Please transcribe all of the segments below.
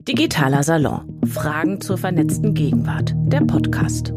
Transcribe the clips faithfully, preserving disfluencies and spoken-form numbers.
Digitaler Salon. Fragen zur vernetzten Gegenwart. Der Podcast.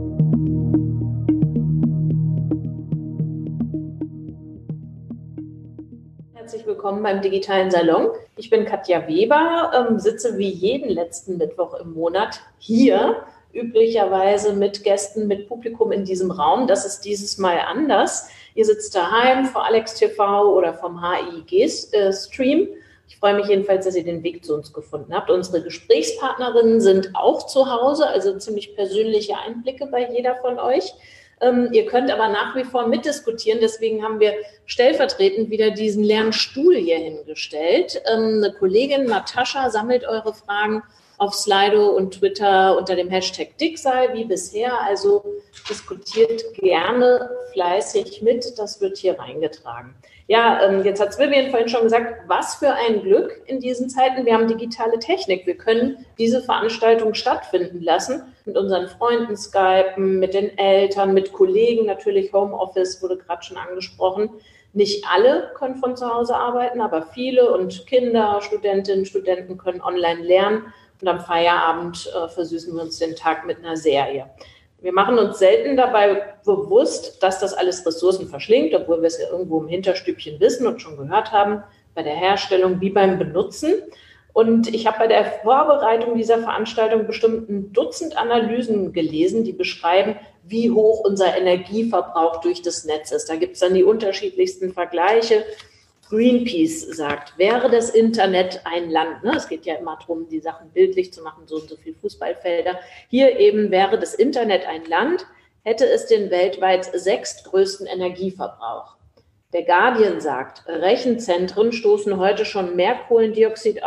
Herzlich willkommen beim Digitalen Salon. Ich bin Katja Weber, ähm, sitze wie jeden letzten Mittwoch im Monat hier, üblicherweise mit Gästen, mit Publikum in diesem Raum. Das ist dieses Mal anders. Ihr sitzt daheim vor Alex T V oder vom H I G-Stream. Ich freue mich jedenfalls, dass ihr den Weg zu uns gefunden habt. Unsere Gesprächspartnerinnen sind auch zu Hause, also ziemlich persönliche Einblicke bei jeder von euch. Ähm, ihr könnt aber nach wie vor mitdiskutieren, deswegen haben wir stellvertretend wieder diesen leeren Stuhl hier hingestellt. Ähm, eine Kollegin, Natascha, sammelt eure Fragen auf Slido und Twitter unter dem Hashtag Digsal, wie bisher. Also diskutiert gerne fleißig mit, das wird hier reingetragen. Ja, ähm, jetzt hat Vivian vorhin schon gesagt, was für ein Glück in diesen Zeiten. Wir haben digitale Technik. Wir können diese Veranstaltung stattfinden lassen mit unseren Freunden skypen, mit den Eltern, mit Kollegen. Natürlich Homeoffice wurde gerade schon angesprochen. Nicht alle können von zu Hause arbeiten, aber viele und Kinder, Studentinnen, Studenten können online lernen. Und am Feierabend äh, versüßen wir uns den Tag mit einer Serie. Wir machen uns selten dabei bewusst, dass das alles Ressourcen verschlingt, obwohl wir es ja irgendwo im Hinterstübchen wissen und schon gehört haben, bei der Herstellung wie beim Benutzen. Und ich habe bei der Vorbereitung dieser Veranstaltung bestimmt ein Dutzend Analysen gelesen, die beschreiben, wie hoch unser Energieverbrauch durch das Netz ist. Da gibt es dann die unterschiedlichsten Vergleiche. Greenpeace sagt, wäre das Internet ein Land, ne? Es geht ja immer darum, die Sachen bildlich zu machen, so und so viele Fußballfelder. Hier eben wäre das Internet ein Land, hätte es den weltweit sechstgrößten Energieverbrauch. Der Guardian sagt, Rechenzentren stoßen heute schon mehr Kohlendioxid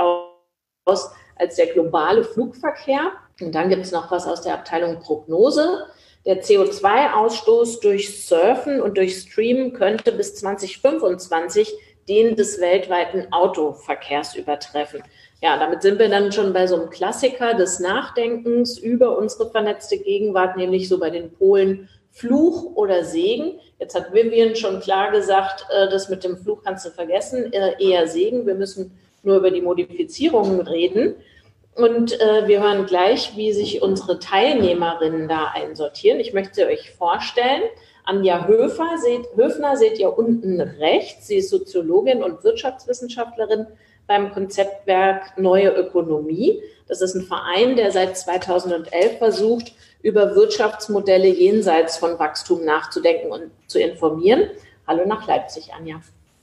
aus als der globale Flugverkehr. Und dann gibt es noch was aus der Abteilung Prognose. Der C O zwei Ausstoß durch Surfen und durch Streamen könnte bis zwanzig fünfundzwanzig den des weltweiten Autoverkehrs übertreffen. Ja, damit sind wir dann schon bei so einem Klassiker des Nachdenkens über unsere vernetzte Gegenwart, nämlich so bei den Polen Fluch oder Segen. Jetzt hat Vivian schon klar gesagt, das mit dem Fluch kannst du vergessen, eher Segen. Wir müssen nur über die Modifizierungen reden. Und äh, wir hören gleich, wie sich unsere Teilnehmerinnen da einsortieren. Ich möchte sie euch vorstellen. Anja Höfer, seht, Höfner seht ihr unten rechts. Sie ist Soziologin und Wirtschaftswissenschaftlerin beim Konzeptwerk Neue Ökonomie. Das ist ein Verein, der seit zweitausendelf versucht, über Wirtschaftsmodelle jenseits von Wachstum nachzudenken und zu informieren. Hallo nach Leipzig, Anja.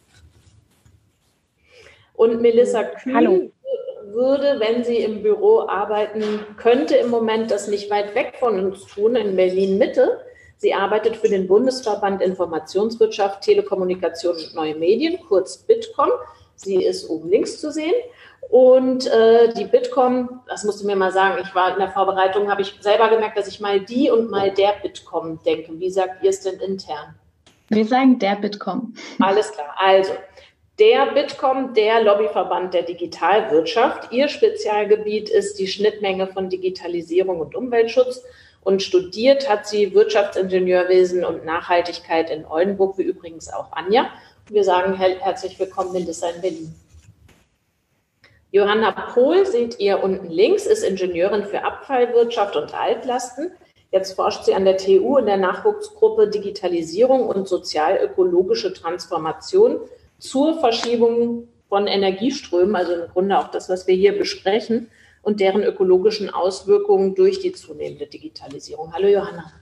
Und Melissa Kühn Hallo. Würde, wenn sie im Büro arbeiten könnte, im Moment das nicht weit weg von uns tun, in Berlin-Mitte. Sie arbeitet für den Bundesverband Informationswirtschaft, Telekommunikation und Neue Medien, kurz Bitkom. Sie ist oben links zu sehen. Und äh, die Bitkom, das musst du mir mal sagen, ich war in der Vorbereitung, habe ich selber gemerkt, dass ich mal die und mal der Bitkom denke. Wie sagt ihr es denn intern? Wir sagen der Bitkom. Alles klar, also der Bitkom, der Lobbyverband der Digitalwirtschaft. Ihr Spezialgebiet ist die Schnittmenge von Digitalisierung und Umweltschutz. Und studiert hat sie Wirtschaftsingenieurwesen und Nachhaltigkeit in Oldenburg, wie übrigens auch Anja. Wir sagen her- herzlich willkommen, Melissa in Berlin. Johanna Pohl seht ihr unten links, ist Ingenieurin für Abfallwirtschaft und Altlasten. Jetzt forscht sie an der T U in der Nachwuchsgruppe Digitalisierung und sozial-ökologische Transformation zur Verschiebung von Energieströmen, also im Grunde auch das, was wir hier besprechen, und deren ökologischen Auswirkungen durch die zunehmende Digitalisierung. Hallo Johanna.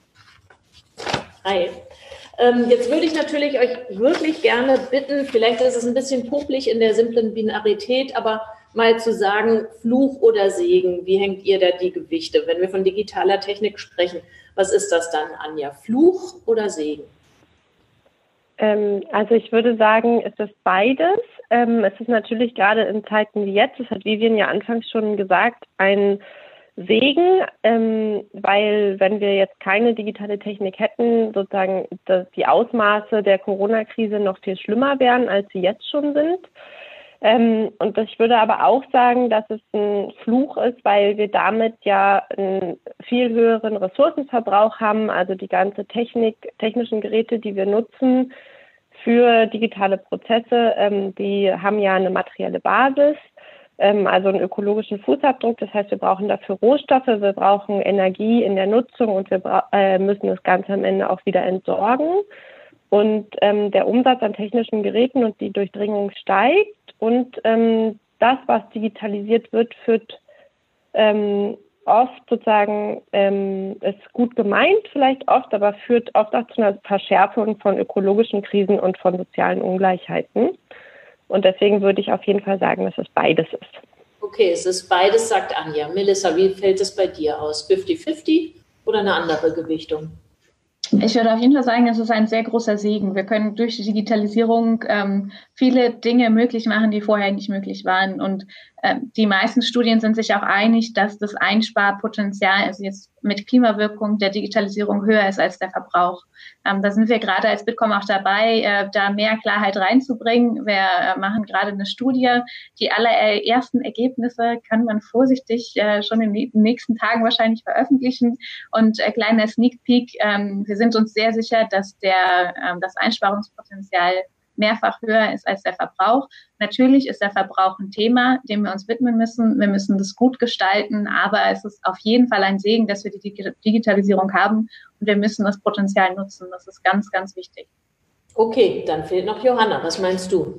Hi. Ähm, jetzt würde ich natürlich euch wirklich gerne bitten, vielleicht ist es ein bisschen puppelig in der simplen Binarität, aber mal zu sagen, Fluch oder Segen, wie hängt ihr da die Gewichte? Wenn wir von digitaler Technik sprechen, was ist das dann, Anja? Fluch oder Segen? Ähm, also ich würde sagen, es ist beides. Ähm, es ist natürlich gerade in Zeiten wie jetzt, das hat Vivian ja anfangs schon gesagt, ein Segen, ähm, weil wenn wir jetzt keine digitale Technik hätten, sozusagen dass die Ausmaße der Corona-Krise noch viel schlimmer wären, als sie jetzt schon sind. Ähm, und ich würde aber auch sagen, dass es ein Fluch ist, weil wir damit ja einen viel höheren Ressourcenverbrauch haben, also die ganze Technik, technischen Geräte, die wir nutzen für digitale Prozesse, ähm, die haben ja eine materielle Basis. ähm, also einen ökologischen Fußabdruck. Das heißt, wir brauchen dafür Rohstoffe, wir brauchen Energie in der Nutzung und wir bra- äh, müssen das Ganze am Ende auch wieder entsorgen. Und ähm, der Umsatz an technischen Geräten und die Durchdringung steigt. Und ähm, das, was digitalisiert wird, führt ähm, oft sozusagen, ähm, ist gut gemeint vielleicht oft, aber führt oft auch zu einer Verschärfung von ökologischen Krisen und von sozialen Ungleichheiten. Und deswegen würde ich auf jeden Fall sagen, dass es beides ist. Okay, es ist beides, sagt Anja. Melissa, wie fällt es bei dir aus? fünfzig fünfzig oder eine andere Gewichtung? Ich würde auf jeden Fall sagen, es ist ein sehr großer Segen. Wir können durch die Digitalisierung ähm, viele Dinge möglich machen, die vorher nicht möglich waren. Und ähm, die meisten Studien sind sich auch einig, dass das Einsparpotenzial, also jetzt mit Klimawirkung der Digitalisierung, höher ist als der Verbrauch. Ähm, da sind wir gerade als Bitkom auch dabei, äh, da mehr Klarheit reinzubringen. Wir äh, machen gerade eine Studie. Die allerersten Ergebnisse kann man vorsichtig äh, schon in den nächsten Tagen wahrscheinlich veröffentlichen. Und äh, kleiner Sneak Peek, ähm, wir sind uns sehr sicher, dass der, ähm, das Einsparungspotenzial mehrfach höher ist als der Verbrauch. Natürlich ist der Verbrauch ein Thema, dem wir uns widmen müssen. Wir müssen das gut gestalten, aber es ist auf jeden Fall ein Segen, dass wir die Digitalisierung haben und wir müssen das Potenzial nutzen. Das ist ganz, ganz wichtig. Okay, dann fehlt noch Johanna. Was meinst du?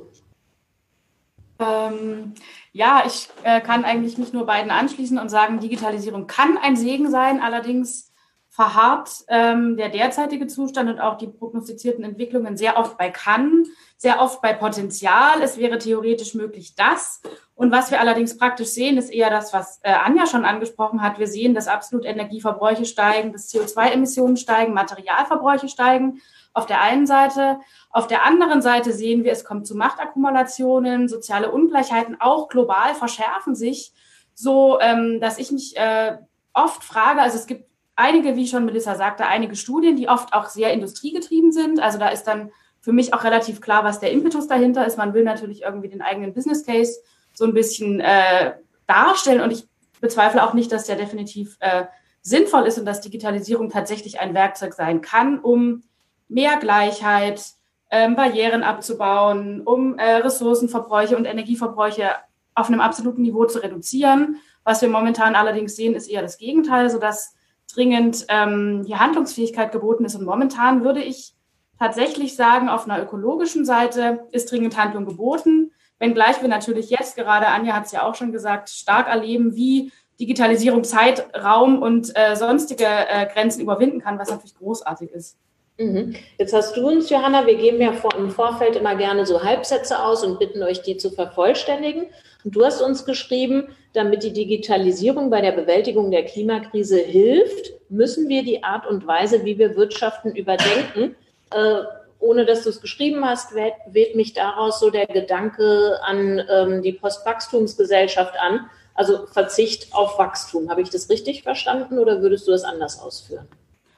Ähm, ja, ich äh, kann eigentlich mich nur beiden anschließen und sagen, Digitalisierung kann ein Segen sein, allerdings verharrt ähm, der derzeitige Zustand und auch die prognostizierten Entwicklungen sehr oft bei kann, sehr oft bei Potenzial. Es wäre theoretisch möglich, das. Und was wir allerdings praktisch sehen, ist eher das, was äh, Anja schon angesprochen hat. Wir sehen, dass absolut Energieverbräuche steigen, dass C O zwei Emissionen steigen, Materialverbräuche steigen. Auf der einen Seite. Auf der anderen Seite sehen wir, es kommt zu Machtakkumulationen, soziale Ungleichheiten, auch global verschärfen sich, so ähm, dass ich mich äh, oft frage, also es gibt einige, wie schon Melissa sagte, einige Studien, die oft auch sehr industriegetrieben sind. Also da ist dann für mich auch relativ klar, was der Impetus dahinter ist. Man will natürlich irgendwie den eigenen Business Case so ein bisschen äh, darstellen und ich bezweifle auch nicht, dass der definitiv äh, sinnvoll ist und dass Digitalisierung tatsächlich ein Werkzeug sein kann, um mehr Gleichheit, ähm, Barrieren abzubauen, um äh, Ressourcenverbräuche und Energieverbräuche auf einem absoluten Niveau zu reduzieren. Was wir momentan allerdings sehen, ist eher das Gegenteil, sodass dringend ähm, die Handlungsfähigkeit geboten ist. Und momentan würde ich tatsächlich sagen, auf einer ökologischen Seite ist dringend Handlung geboten, wenngleich wir natürlich jetzt gerade, Anja hat es ja auch schon gesagt, stark erleben, wie Digitalisierung Zeit, Raum und äh, sonstige äh, Grenzen überwinden kann, was natürlich großartig ist. Jetzt hast du uns, Johanna, wir geben ja vor, im Vorfeld immer gerne so Halbsätze aus und bitten euch, die zu vervollständigen. Und du hast uns geschrieben, damit die Digitalisierung bei der Bewältigung der Klimakrise hilft, müssen wir die Art und Weise, wie wir wirtschaften, überdenken. Äh, ohne dass du es geschrieben hast, weht, weht mich daraus so der Gedanke an ähm, die Postwachstumsgesellschaft an, also Verzicht auf Wachstum. Habe ich das richtig verstanden oder würdest du das anders ausführen?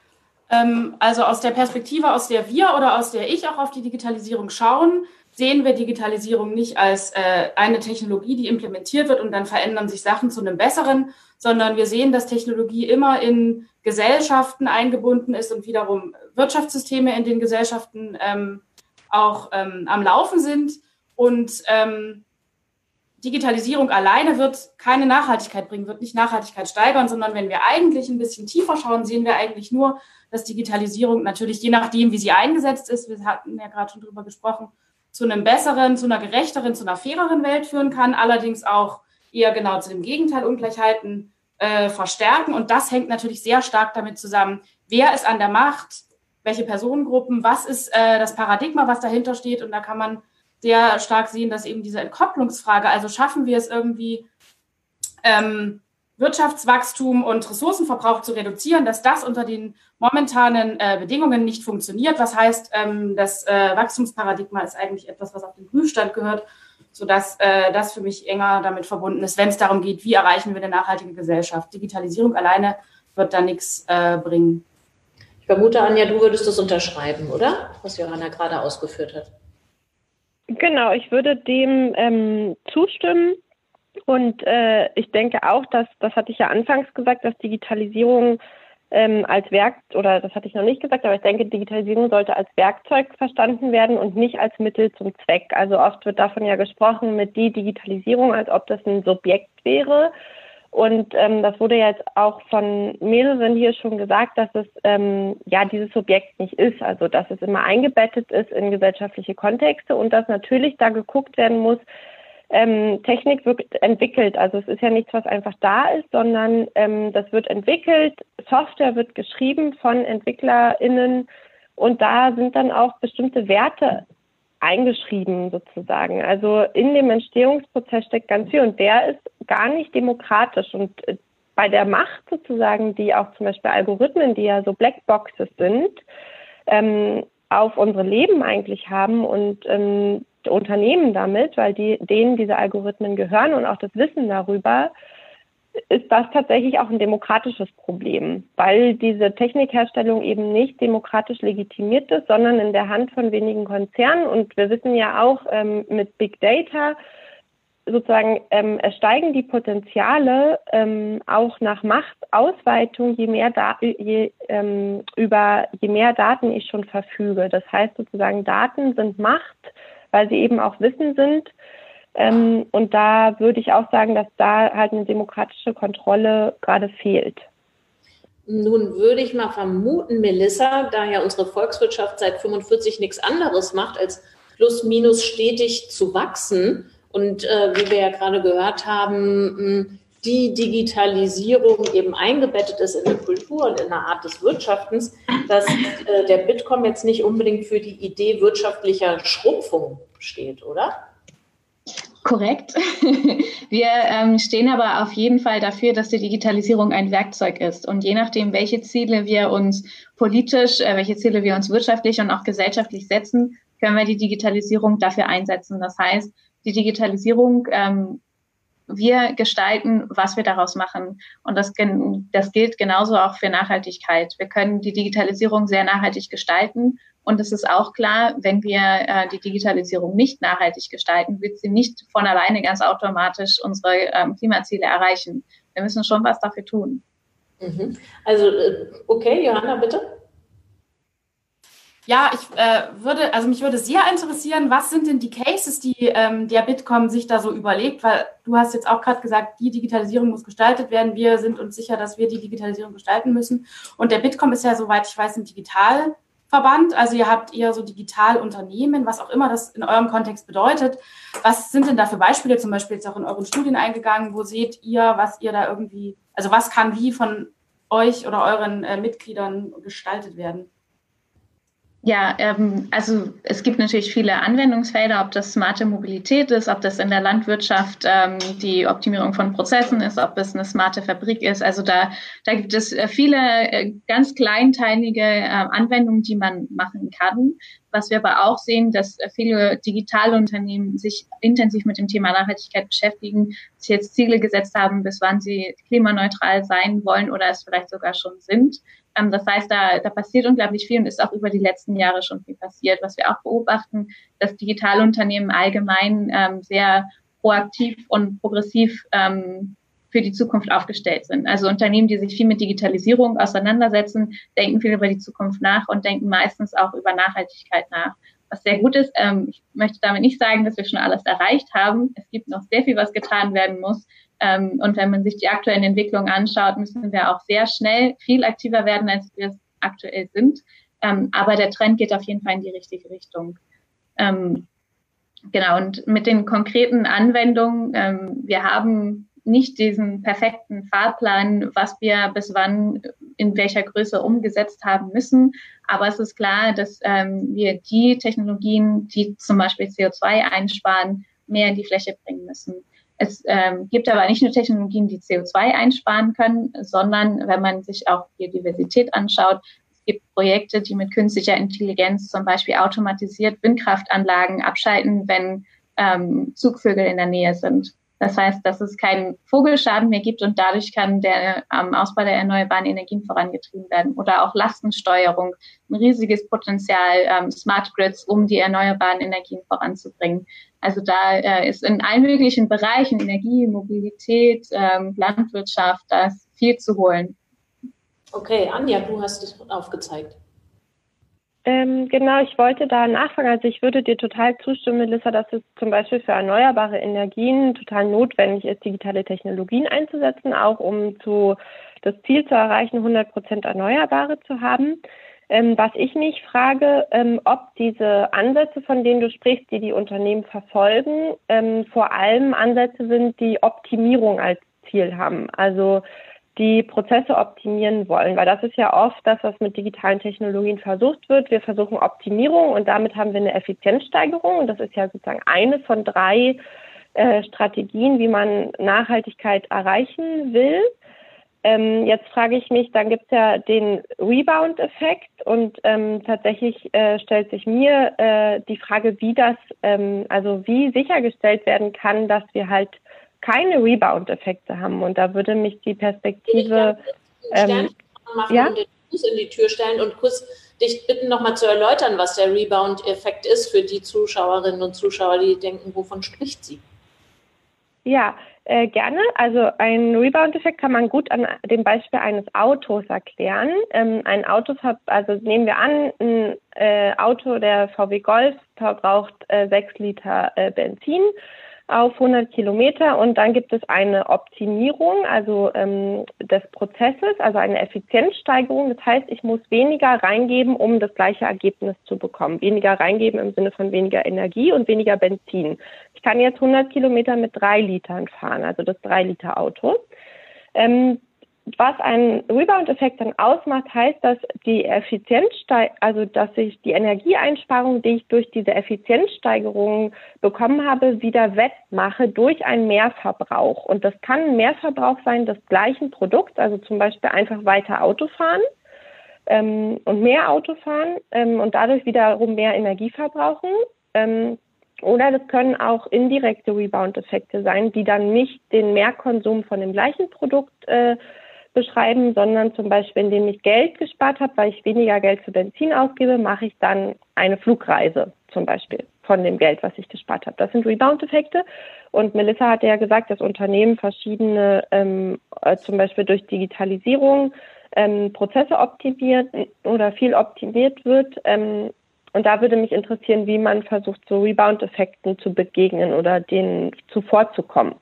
Also aus der Perspektive, aus der wir oder aus der ich auch auf die Digitalisierung schauen, sehen wir Digitalisierung nicht als äh, eine Technologie, die implementiert wird und dann verändern sich Sachen zu einem Besseren, sondern wir sehen, dass Technologie immer in Gesellschaften eingebunden ist und wiederum Wirtschaftssysteme in den Gesellschaften ähm, auch ähm, am Laufen sind. Und ähm, Digitalisierung alleine wird keine Nachhaltigkeit bringen, wird nicht Nachhaltigkeit steigern, sondern wenn wir eigentlich ein bisschen tiefer schauen, sehen wir eigentlich nur, dass Digitalisierung natürlich, je nachdem, wie sie eingesetzt ist, wir hatten ja gerade schon drüber gesprochen, zu einem besseren, zu einer gerechteren, zu einer faireren Welt führen kann, allerdings auch eher genau zu dem Gegenteil, Ungleichheiten äh, verstärken. Und das hängt natürlich sehr stark damit zusammen, wer ist an der Macht, welche Personengruppen, was ist äh, das Paradigma, was dahinter steht. Und da kann man sehr stark sehen, dass eben diese Entkopplungsfrage, also schaffen wir es irgendwie, ähm, Wirtschaftswachstum und Ressourcenverbrauch zu reduzieren, dass das unter den momentanen äh, Bedingungen nicht funktioniert. Was heißt, ähm, das äh, Wachstumsparadigma ist eigentlich etwas, was auf den Prüfstand gehört, sodass äh, das für mich enger damit verbunden ist, wenn es darum geht, wie erreichen wir eine nachhaltige Gesellschaft. Digitalisierung alleine wird da nichts äh, bringen. Ich vermute, Anja, du würdest das unterschreiben, oder? Was Johanna gerade ausgeführt hat. Genau, ich würde dem ähm, zustimmen. Und äh, ich denke auch, dass, das hatte ich ja anfangs gesagt, dass Digitalisierung ähm, als Werk, oder das hatte ich noch nicht gesagt, aber ich denke, Digitalisierung sollte als Werkzeug verstanden werden und nicht als Mittel zum Zweck. Also oft wird davon ja gesprochen mit die Digitalisierung, als ob das ein Subjekt wäre. Und ähm, das wurde jetzt auch von mehreren hier schon gesagt, dass es ähm, ja dieses Subjekt nicht ist, also dass es immer eingebettet ist in gesellschaftliche Kontexte und dass natürlich da geguckt werden muss, ähm, Technik wird entwickelt, also es ist ja nichts, was einfach da ist, sondern ähm, das wird entwickelt, Software wird geschrieben von EntwicklerInnen und da sind dann auch bestimmte Werte eingeschrieben sozusagen. Also in dem Entstehungsprozess steckt ganz viel und der ist gar nicht demokratisch. Und bei der Macht sozusagen, die auch zum Beispiel Algorithmen, die ja so Blackboxes sind, ähm, auf unsere Leben eigentlich haben und ähm, Unternehmen damit, weil die denen diese Algorithmen gehören und auch das Wissen darüber, ist das tatsächlich auch ein demokratisches Problem, weil diese Technikherstellung eben nicht demokratisch legitimiert ist, sondern in der Hand von wenigen Konzernen. Und wir wissen ja auch ähm, mit Big Data sozusagen, ähm, es steigen die Potenziale ähm, auch nach Machtausweitung, je mehr, da, je, ähm, über, je mehr Daten ich schon verfüge. Das heißt sozusagen, Daten sind Macht, weil sie eben auch Wissen sind. Ähm, und da würde ich auch sagen, dass da halt eine demokratische Kontrolle gerade fehlt. Nun würde ich mal vermuten, Melissa, da ja unsere Volkswirtschaft seit fünfundvierzig nichts anderes macht, als plus minus stetig zu wachsen. Und äh, wie wir ja gerade gehört haben, die Digitalisierung eben eingebettet ist in der Kultur und in der Art des Wirtschaftens, dass äh, der Bitkom jetzt nicht unbedingt für die Idee wirtschaftlicher Schrumpfung steht, oder? Korrekt. Wir ähm, stehen aber auf jeden Fall dafür, dass die Digitalisierung ein Werkzeug ist. Und je nachdem, welche Ziele wir uns politisch, äh, welche Ziele wir uns wirtschaftlich und auch gesellschaftlich setzen, können wir die Digitalisierung dafür einsetzen. Das heißt, die Digitalisierung, ähm, wir gestalten, was wir daraus machen. Und das, das gilt genauso auch für Nachhaltigkeit. Wir können die Digitalisierung sehr nachhaltig gestalten. Und es ist auch klar, wenn wir äh, die Digitalisierung nicht nachhaltig gestalten, wird sie nicht von alleine ganz automatisch unsere ähm, Klimaziele erreichen. Wir müssen schon was dafür tun. Mhm. Also, okay, Johanna, bitte. Ja, ich äh, würde, also mich würde sehr interessieren, was sind denn die Cases, die ähm, der Bitkom sich da so überlegt, weil du hast jetzt auch gerade gesagt, die Digitalisierung muss gestaltet werden. Wir sind uns sicher, dass wir die Digitalisierung gestalten müssen. Und der Bitkom ist ja, soweit ich weiß, ein Digitalverband. Also ihr habt eher so Digitalunternehmen, was auch immer das in eurem Kontext bedeutet. Was sind denn da für Beispiele, zum Beispiel jetzt auch in euren Studien eingegangen? Wo seht ihr, was ihr da irgendwie, also was kann wie von euch oder euren äh, Mitgliedern gestaltet werden? Ja, ähm, also es gibt natürlich viele Anwendungsfelder, ob das smarte Mobilität ist, ob das in der Landwirtschaft ähm, die Optimierung von Prozessen ist, ob es eine smarte Fabrik ist. Also da, da gibt es viele äh, ganz kleinteilige äh, Anwendungen, die man machen kann. Was wir aber auch sehen, dass viele Digitalunternehmen sich intensiv mit dem Thema Nachhaltigkeit beschäftigen, sich jetzt Ziele gesetzt haben, bis wann sie klimaneutral sein wollen oder es vielleicht sogar schon sind. Ähm, das heißt, da, da passiert unglaublich viel und ist auch über die letzten Jahre schon viel passiert. Was wir auch beobachten, dass Digitalunternehmen allgemein ähm, sehr proaktiv und progressiv ähm, für die Zukunft aufgestellt sind. Also Unternehmen, die sich viel mit Digitalisierung auseinandersetzen, denken viel über die Zukunft nach und denken meistens auch über Nachhaltigkeit nach. Was sehr gut ist, ähm, ich möchte damit nicht sagen, dass wir schon alles erreicht haben. Es gibt noch sehr viel, was getan werden muss. Ähm, und wenn man sich die aktuellen Entwicklungen anschaut, müssen wir auch sehr schnell viel aktiver werden, als wir es aktuell sind. Ähm, aber der Trend geht auf jeden Fall in die richtige Richtung. Ähm, genau, und mit den konkreten Anwendungen, ähm, wir haben nicht diesen perfekten Fahrplan, was wir bis wann in welcher Größe umgesetzt haben müssen. Aber es ist klar, dass ähm, wir die Technologien, die zum Beispiel C O zwei einsparen, mehr in die Fläche bringen müssen. Es ähm, gibt aber nicht nur Technologien, die C O zwei einsparen können, sondern wenn man sich auch Biodiversität anschaut, es gibt Projekte, die mit künstlicher Intelligenz zum Beispiel automatisiert Windkraftanlagen abschalten, wenn ähm, Zugvögel in der Nähe sind. Das heißt, dass es keinen Vogelschaden mehr gibt und dadurch kann der ähm, Ausbau der erneuerbaren Energien vorangetrieben werden. Oder auch Lastensteuerung, ein riesiges Potenzial, ähm, Smart Grids, um die erneuerbaren Energien voranzubringen. Also da äh, ist in allen möglichen Bereichen, Energie, Mobilität, ähm, Landwirtschaft, da ist viel zu holen. Okay, Anja, du hast es aufgezeigt. Ähm, genau, ich wollte da nachfragen. Also ich würde dir total zustimmen, Melissa, dass es zum Beispiel für erneuerbare Energien total notwendig ist, digitale Technologien einzusetzen, auch um zu, das Ziel zu erreichen, hundert Prozent Erneuerbare zu haben. Ähm, was ich mich frage, ähm, ob diese Ansätze, von denen du sprichst, die die Unternehmen verfolgen, ähm, vor allem Ansätze sind, die Optimierung als Ziel haben. Also die Prozesse optimieren wollen, weil das ist ja oft das, was mit digitalen Technologien versucht wird. Wir versuchen Optimierung und damit haben wir eine Effizienzsteigerung und das ist ja sozusagen eine von drei äh, Strategien, wie man Nachhaltigkeit erreichen will. Ähm, jetzt frage ich mich, dann gibt es ja den Rebound-Effekt und ähm, tatsächlich äh, stellt sich mir äh, die Frage, wie das, ähm, also wie sichergestellt werden kann, dass wir halt keine Rebound-Effekte haben. Und da würde mich die Perspektive ähm, machen ja? und den Fuß in die Tür stellen und kurz dich bitten, nochmal zu erläutern, was der Rebound-Effekt ist für die Zuschauerinnen und Zuschauer, die denken, wovon spricht sie? Ja, äh, gerne. Also ein Rebound-Effekt kann man gut an dem Beispiel eines Autos erklären. Ähm, ein Auto, also nehmen wir an, ein äh, Auto, der V W Golf, verbraucht äh, sechs Liter äh, Benzin auf hundert Kilometer und dann gibt es eine Optimierung, also ähm, des Prozesses, also eine Effizienzsteigerung. Das heißt, ich muss weniger reingeben, um das gleiche Ergebnis zu bekommen. Weniger reingeben im Sinne von weniger Energie und weniger Benzin. Ich kann jetzt hundert Kilometer mit drei Litern fahren, also das drei Liter Auto. Ähm, Was ein Rebound-Effekt dann ausmacht, heißt, dass die Effizienzsteigerung, also dass ich die Energieeinsparung, die ich durch diese Effizienzsteigerung bekommen habe, wieder wettmache durch einen Mehrverbrauch. Und das kann ein Mehrverbrauch sein des gleichen Produkts, also zum Beispiel einfach weiter Auto fahren ähm, und mehr Auto fahren ähm, und dadurch wiederum mehr Energie verbrauchen. Ähm, Oder das können auch indirekte Rebound-Effekte sein, die dann nicht den Mehrkonsum von dem gleichen Produkt äh, beschreiben, sondern zum Beispiel, indem ich Geld gespart habe, weil ich weniger Geld für Benzin ausgebe, mache ich dann eine Flugreise zum Beispiel von dem Geld, was ich gespart habe. Das sind Rebound-Effekte. Und Melissa hatte ja gesagt, dass Unternehmen verschiedene, ähm, äh, zum Beispiel durch Digitalisierung, ähm, Prozesse optimiert oder viel optimiert wird. Ähm, und da würde mich interessieren, wie man versucht, so Rebound-Effekten zu begegnen oder denen zuvorzukommen.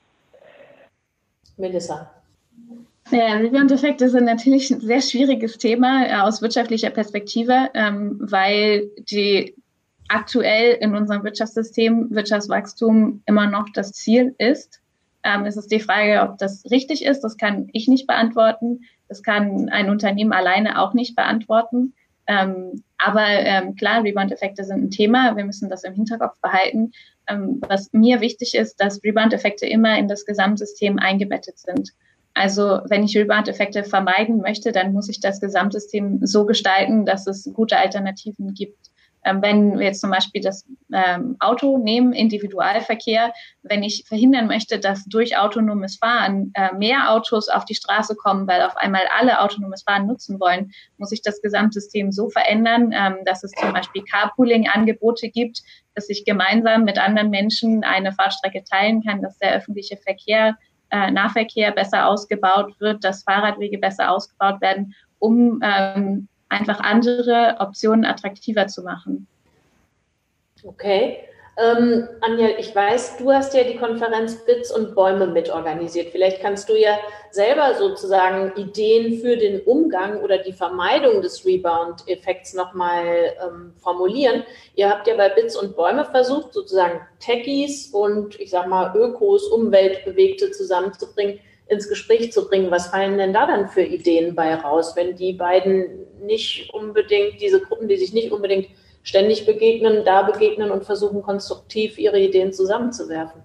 Melissa. Ja, Rebound-Effekte sind natürlich ein sehr schwieriges Thema äh, aus wirtschaftlicher Perspektive, ähm, weil die aktuell in unserem Wirtschaftssystem Wirtschaftswachstum immer noch das Ziel ist. Ähm, es ist die Frage, ob das richtig ist. Das kann ich nicht beantworten. Das kann ein Unternehmen alleine auch nicht beantworten. Ähm, aber ähm, klar, Rebound-Effekte sind ein Thema. Wir müssen das im Hinterkopf behalten. Ähm, was mir wichtig ist, dass Rebound-Effekte immer in das Gesamtsystem eingebettet sind. Also wenn ich Rebound-Effekte vermeiden möchte, dann muss ich das Gesamtsystem so gestalten, dass es gute Alternativen gibt. Ähm, wenn wir jetzt zum Beispiel das ähm, Auto nehmen, Individualverkehr, wenn ich verhindern möchte, dass durch autonomes Fahren äh, mehr Autos auf die Straße kommen, weil auf einmal alle autonomes Fahren nutzen wollen, muss ich das Gesamtsystem so verändern, ähm, dass es zum Beispiel Carpooling-Angebote gibt, dass ich gemeinsam mit anderen Menschen eine Fahrstrecke teilen kann, dass der öffentliche Verkehr Äh, Nahverkehr besser ausgebaut wird, dass Fahrradwege besser ausgebaut werden, um ähm, einfach andere Optionen attraktiver zu machen. Okay. Ähm, Anja, ich weiß, du hast ja die Konferenz Bits und Bäume mitorganisiert. Vielleicht kannst du ja selber sozusagen Ideen für den Umgang oder die Vermeidung des Rebound-Effekts nochmal ähm, formulieren. Ihr habt ja bei Bits und Bäume versucht, sozusagen Techies und ich sag mal Ökos, Umweltbewegte zusammenzubringen, ins Gespräch zu bringen. Was fallen denn da dann für Ideen bei raus, wenn die beiden nicht unbedingt, diese Gruppen, die sich nicht unbedingt ständig begegnen, da begegnen und versuchen, konstruktiv ihre Ideen zusammenzuwerfen?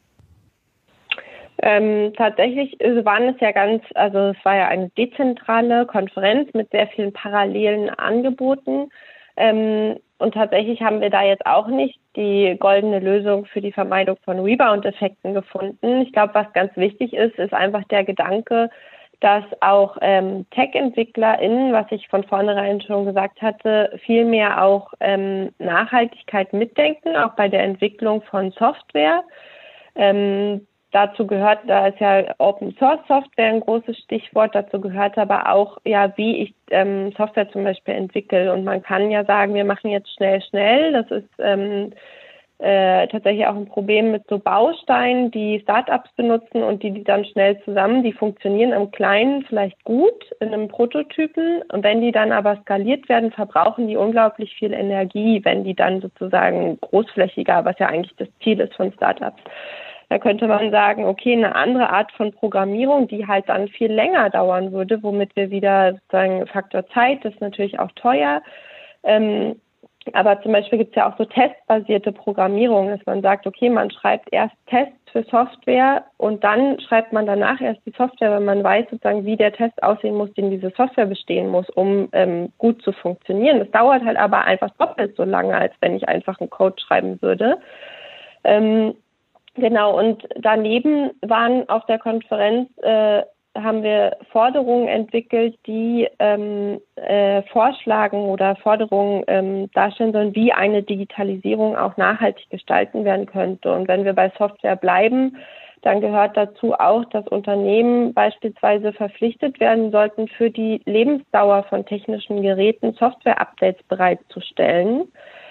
Ähm, tatsächlich waren es ja ganz, also es war ja eine dezentrale Konferenz mit sehr vielen parallelen Angeboten. Ähm, und tatsächlich haben wir da jetzt auch nicht die goldene Lösung für die Vermeidung von Rebound-Effekten gefunden. Ich glaube, was ganz wichtig ist, ist einfach der Gedanke, dass auch ähm, Tech-EntwicklerInnen, was ich von vornherein schon gesagt hatte, viel mehr auch ähm, Nachhaltigkeit mitdenken, auch bei der Entwicklung von Software. Ähm, dazu gehört, da ist ja Open Source Software ein großes Stichwort, dazu gehört aber auch, ja, wie ich ähm, Software zum Beispiel entwickle. Und man kann ja sagen, wir machen jetzt schnell, schnell. Das ist ähm, äh, tatsächlich auch ein Problem mit so Bausteinen, die Startups benutzen und die, die dann schnell zusammen, die funktionieren im Kleinen vielleicht gut in einem Prototypen. Und wenn die dann aber skaliert werden, verbrauchen die unglaublich viel Energie, wenn die dann sozusagen großflächiger, was ja eigentlich das Ziel ist von Startups. Da könnte man sagen, okay, eine andere Art von Programmierung, die halt dann viel länger dauern würde, womit wir wieder sozusagen Faktor Zeit, das ist natürlich auch teuer. Ähm, aber zum Beispiel gibt es ja auch so testbasierte Programmierung, dass man sagt, okay, man schreibt erst Tests für Software und dann schreibt man danach erst die Software, weil man weiß sozusagen, wie der Test aussehen muss, den diese Software bestehen muss, um ähm, gut zu funktionieren. Das dauert halt aber einfach doppelt so lange, als wenn ich einfach einen Code schreiben würde. Ähm, Genau, und daneben waren auf der Konferenz, äh, haben wir Forderungen entwickelt, die ähm, äh, vorschlagen oder Forderungen ähm, darstellen sollen, wie eine Digitalisierung auch nachhaltig gestalten werden könnte. Und wenn wir bei Software bleiben, dann gehört dazu auch, dass Unternehmen beispielsweise verpflichtet werden sollten, für die Lebensdauer von technischen Geräten Software-Updates bereitzustellen.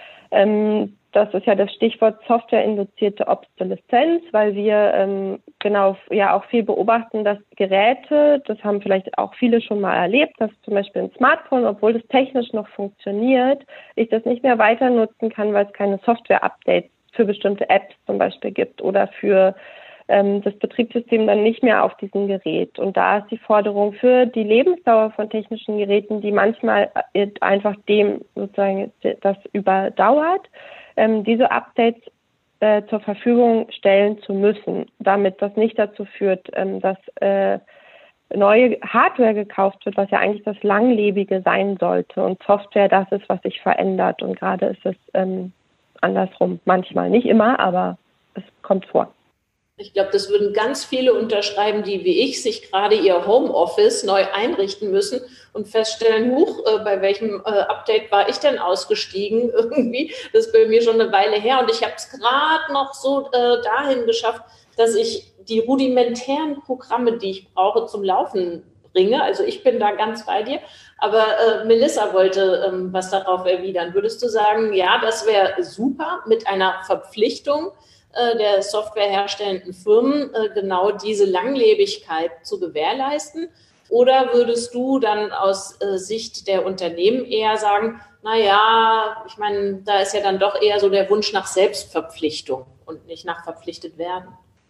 Ähm, Das ist ja das Stichwort softwareinduzierte Obsoleszenz, weil wir ähm, genau ja auch viel beobachten, dass Geräte, das haben vielleicht auch viele schon mal erlebt, dass zum Beispiel ein Smartphone, obwohl das technisch noch funktioniert, ich das nicht mehr weiter nutzen kann, weil es keine Software-Updates für bestimmte Apps zum Beispiel gibt oder für ähm, das Betriebssystem dann nicht mehr auf diesem Gerät. Und da ist die Forderung für die Lebensdauer von technischen Geräten, die manchmal einfach dem sozusagen das überdauert, Ähm, diese Updates äh, zur Verfügung stellen zu müssen, damit das nicht dazu führt, ähm, dass äh, neue Hardware gekauft wird, was ja eigentlich das Langlebige sein sollte und Software das ist, was sich verändert und gerade ist es ähm, andersrum, manchmal, nicht immer, aber es kommt vor. Ich glaube, das würden ganz viele unterschreiben, die wie ich sich gerade ihr Homeoffice neu einrichten müssen und feststellen, huch, äh, bei welchem äh, Update war ich denn ausgestiegen irgendwie? Das ist bei mir schon eine Weile her und ich habe es gerade noch so äh, dahin geschafft, dass ich die rudimentären Programme, die ich brauche, zum Laufen bringe. Also ich bin da ganz bei dir. Aber äh, Melissa wollte ähm, was darauf erwidern. Würdest du sagen, ja, das wäre super mit einer Verpflichtung der softwareherstellenden Firmen, genau diese Langlebigkeit zu gewährleisten? Oder würdest du dann aus Sicht der Unternehmen eher sagen, na ja, ich meine, da ist ja dann doch eher so der Wunsch nach Selbstverpflichtung und nicht nach verpflichtet werden?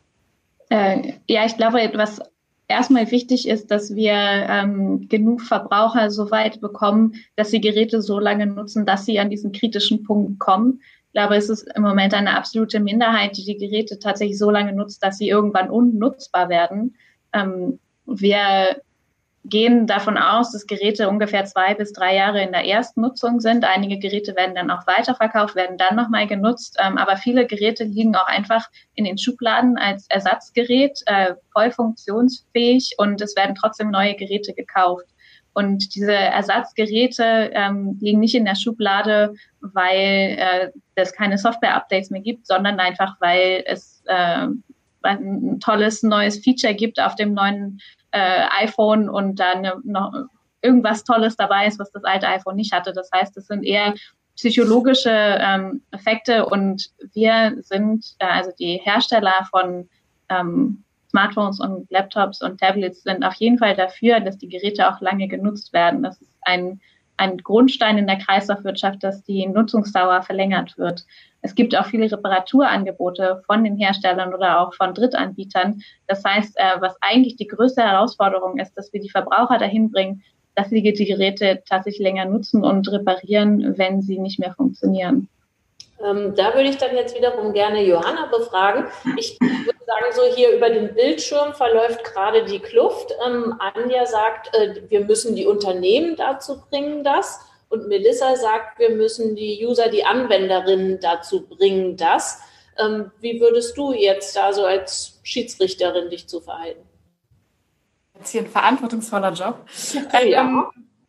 Äh, ja, ich glaube, was erstmal wichtig ist, dass wir ähm, genug Verbraucher so weit bekommen, dass sie Geräte so lange nutzen, dass sie an diesen kritischen Punkt kommen. Ich glaube, es ist im Moment eine absolute Minderheit, die die Geräte tatsächlich so lange nutzt, dass sie irgendwann unnutzbar werden. Ähm, wir gehen davon aus, dass Geräte ungefähr zwei bis drei Jahre in der Erstnutzung sind. Einige Geräte werden dann auch weiterverkauft, werden dann nochmal genutzt. Ähm, aber viele Geräte liegen auch einfach in den Schubladen als Ersatzgerät, äh, voll funktionsfähig und es werden trotzdem neue Geräte gekauft. Und diese Ersatzgeräte ähm, liegen nicht in der Schublade, weil äh, es keine Software-Updates mehr gibt, sondern einfach, weil es äh, ein tolles neues Feature gibt auf dem neuen äh, iPhone und dann noch irgendwas Tolles dabei ist, was das alte iPhone nicht hatte. Das heißt, es sind eher psychologische ähm, Effekte und wir sind, äh, also die Hersteller von ähm, Smartphones und Laptops und Tablets sind auf jeden Fall dafür, dass die Geräte auch lange genutzt werden. Das ist ein, ein Grundstein in der Kreislaufwirtschaft, dass die Nutzungsdauer verlängert wird. Es gibt auch viele Reparaturangebote von den Herstellern oder auch von Drittanbietern. Das heißt, äh, was eigentlich die größte Herausforderung ist, dass wir die Verbraucher dahin bringen, dass sie die Geräte tatsächlich länger nutzen und reparieren, wenn sie nicht mehr funktionieren. Ähm, da würde ich dann jetzt wiederum gerne Johanna befragen. Ich würde sagen, so hier über den Bildschirm verläuft gerade die Kluft. Ähm, Anja sagt, äh, wir müssen die Unternehmen dazu bringen, das. Und Melissa sagt, wir müssen die User, die Anwenderinnen dazu bringen, das. Ähm, wie würdest du jetzt da so als Schiedsrichterin dich zu verhalten? Jetzt hier ein verantwortungsvoller Job. Ja. Ähm,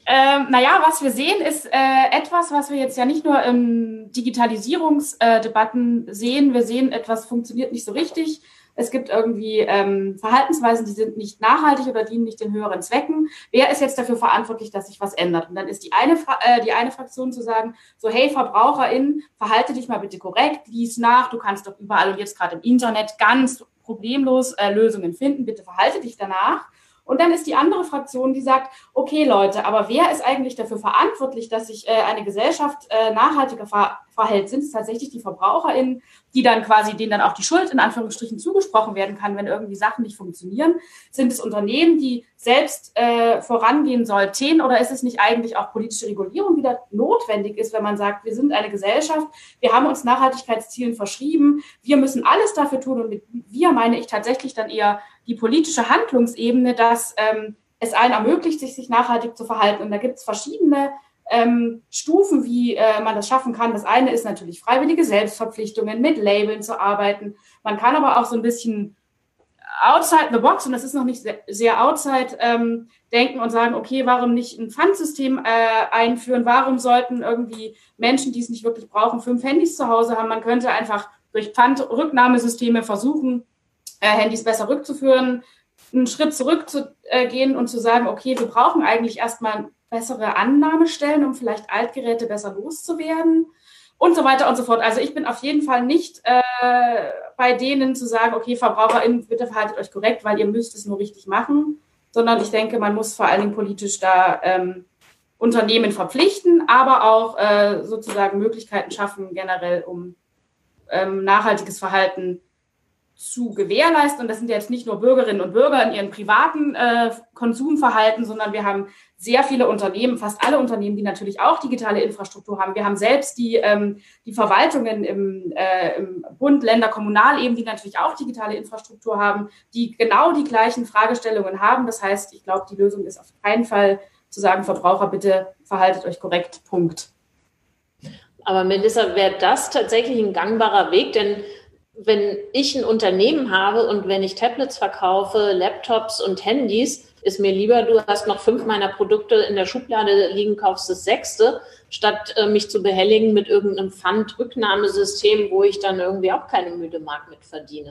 Ähm, naja, was wir sehen, ist äh, etwas, was wir jetzt ja nicht nur in Digitalisierungsdebatten äh, sehen. Wir sehen, etwas funktioniert nicht so richtig. Es gibt irgendwie ähm, Verhaltensweisen, die sind nicht nachhaltig oder dienen nicht den höheren Zwecken. Wer ist jetzt dafür verantwortlich, dass sich was ändert? Und dann ist die eine, äh, die eine Fraktion zu sagen, so hey VerbraucherInnen, verhalte dich mal bitte korrekt, lies nach, du kannst doch überall und jetzt gerade im Internet ganz problemlos äh, Lösungen finden, bitte verhalte dich danach. Und dann ist die andere Fraktion, die sagt, okay Leute, aber wer ist eigentlich dafür verantwortlich, dass sich äh, eine Gesellschaft äh, nachhaltiger ver- verhält? Sind es tatsächlich die VerbraucherInnen, die dann quasi, denen dann auch die Schuld in Anführungsstrichen zugesprochen werden kann, wenn irgendwie Sachen nicht funktionieren? Sind es Unternehmen, die selbst äh, vorangehen sollten? Oder ist es nicht eigentlich auch politische Regulierung, die da notwendig ist, wenn man sagt, wir sind eine Gesellschaft, wir haben uns Nachhaltigkeitszielen verschrieben, wir müssen alles dafür tun und mit wir meine ich tatsächlich dann eher die politische Handlungsebene, dass ähm, es allen ermöglicht, sich, sich nachhaltig zu verhalten. Und da gibt es verschiedene ähm, Stufen, wie äh, man das schaffen kann. Das eine ist natürlich freiwillige Selbstverpflichtungen, mit Labeln zu arbeiten. Man kann aber auch so ein bisschen outside the box, und das ist noch nicht sehr, sehr outside, ähm, denken und sagen, okay, warum nicht ein Pfandsystem äh, einführen? Warum sollten irgendwie Menschen, die es nicht wirklich brauchen, fünf Handys zu Hause haben? Man könnte einfach durch Pfandrücknahmesysteme versuchen, Äh, Handys besser rückzuführen, einen Schritt zurückzugehen äh, und zu sagen, okay, wir brauchen eigentlich erstmal bessere Annahmestellen, um vielleicht Altgeräte besser loszuwerden und so weiter und so fort. Also ich bin auf jeden Fall nicht äh, bei denen zu sagen, okay, VerbraucherInnen, bitte verhaltet euch korrekt, weil ihr müsst es nur richtig machen, sondern ich denke, man muss vor allen Dingen politisch da ähm, Unternehmen verpflichten, aber auch äh, sozusagen Möglichkeiten schaffen, generell um ähm, nachhaltiges Verhalten zu gewährleisten. Und das sind jetzt nicht nur Bürgerinnen und Bürger in ihren privaten äh, Konsumverhalten, sondern wir haben sehr viele Unternehmen, fast alle Unternehmen, die natürlich auch digitale Infrastruktur haben. Wir haben selbst die, ähm, die Verwaltungen im, äh, im Bund, Länder, Kommunalebene, die natürlich auch digitale Infrastruktur haben, die genau die gleichen Fragestellungen haben. Das heißt, ich glaube, die Lösung ist auf keinen Fall zu sagen, Verbraucher, bitte verhaltet euch korrekt, Punkt. Aber Melissa, wäre das tatsächlich ein gangbarer Weg? Denn wenn ich ein Unternehmen habe und wenn ich Tablets verkaufe, Laptops und Handys, ist mir lieber, du hast noch fünf meiner Produkte in der Schublade liegen, kaufst das sechste, statt äh, mich zu behelligen mit irgendeinem Pfandrücknahmesystem, wo ich dann irgendwie auch keine müde Mark mit verdiene.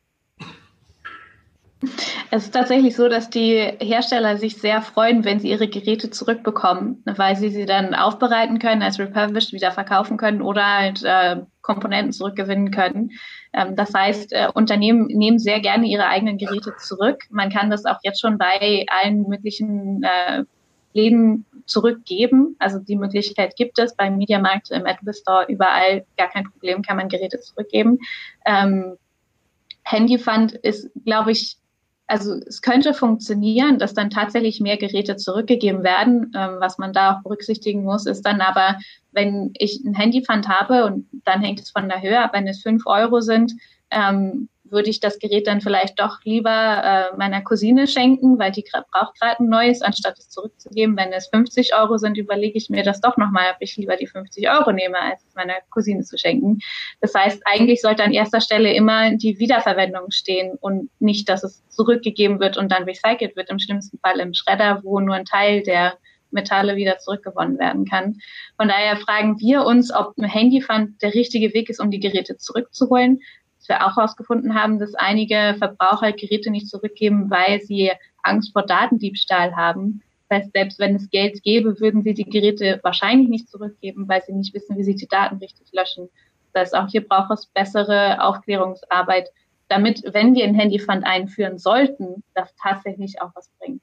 Es ist tatsächlich so, dass die Hersteller sich sehr freuen, wenn sie ihre Geräte zurückbekommen, weil sie sie dann aufbereiten können, als refurbished wieder verkaufen können oder halt äh, Komponenten zurückgewinnen können. Ähm, das heißt, äh, Unternehmen nehmen sehr gerne ihre eigenen Geräte zurück. Man kann das auch jetzt schon bei allen möglichen äh, Läden zurückgeben. Also die Möglichkeit gibt es beim Mediamarkt, im Apple Store, überall, gar kein Problem, kann man Geräte zurückgeben. Ähm, Handypfand ist, glaube ich, also es könnte funktionieren, dass dann tatsächlich mehr Geräte zurückgegeben werden. Ähm, was man da auch berücksichtigen muss, ist dann aber, wenn ich ein Handypfand habe und dann hängt es von der Höhe ab, wenn es fünf Euro sind, ähm, würde ich das Gerät dann vielleicht doch lieber äh, meiner Cousine schenken, weil die grad, braucht gerade ein neues, anstatt es zurückzugeben. Wenn es fünfzig Euro sind, überlege ich mir das doch nochmal, ob ich lieber die fünfzig Euro nehme, als es meiner Cousine zu schenken. Das heißt, eigentlich sollte an erster Stelle immer die Wiederverwendung stehen und nicht, dass es zurückgegeben wird und dann recycelt wird, im schlimmsten Fall im Schredder, wo nur ein Teil der Metalle wieder zurückgewonnen werden kann. Von daher fragen wir uns, ob ein Handypfand der richtige Weg ist, um die Geräte zurückzuholen. Wir auch herausgefunden haben, dass einige Verbraucher Geräte nicht zurückgeben, weil sie Angst vor Datendiebstahl haben. Das heißt, selbst wenn es Geld gäbe, würden sie die Geräte wahrscheinlich nicht zurückgeben, weil sie nicht wissen, wie sie die Daten richtig löschen. Das heißt, auch hier braucht es bessere Aufklärungsarbeit, damit, wenn wir ein Handypfand einführen sollten, das tatsächlich auch was bringt.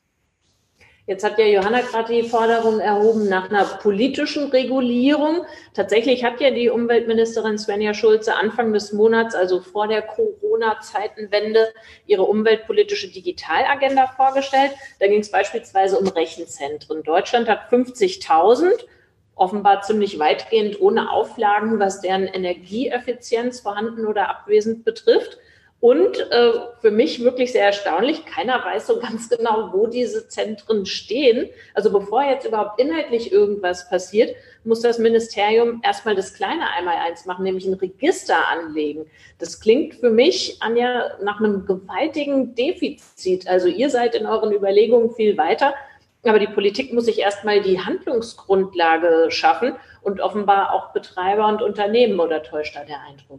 Jetzt hat ja Johanna gerade die Forderung erhoben nach einer politischen Regulierung. Tatsächlich hat ja die Umweltministerin Svenja Schulze Anfang des Monats, also vor der Corona-Zeitenwende, ihre umweltpolitische Digitalagenda vorgestellt. Da ging es beispielsweise um Rechenzentren. Deutschland hat fünfzigtausend, offenbar ziemlich weitgehend ohne Auflagen, was deren Energieeffizienz vorhanden oder abwesend betrifft. Und äh, für mich wirklich sehr erstaunlich, keiner weiß so ganz genau, wo diese Zentren stehen. Also bevor jetzt überhaupt inhaltlich irgendwas passiert, muss das Ministerium erstmal das kleine Einmaleins machen, nämlich ein Register anlegen. Das klingt für mich, Anja, nach einem gewaltigen Defizit. Also ihr seid in euren Überlegungen viel weiter. Aber die Politik muss sich erstmal die Handlungsgrundlage schaffen und offenbar auch Betreiber und Unternehmen, oder täuscht da der Eindruck?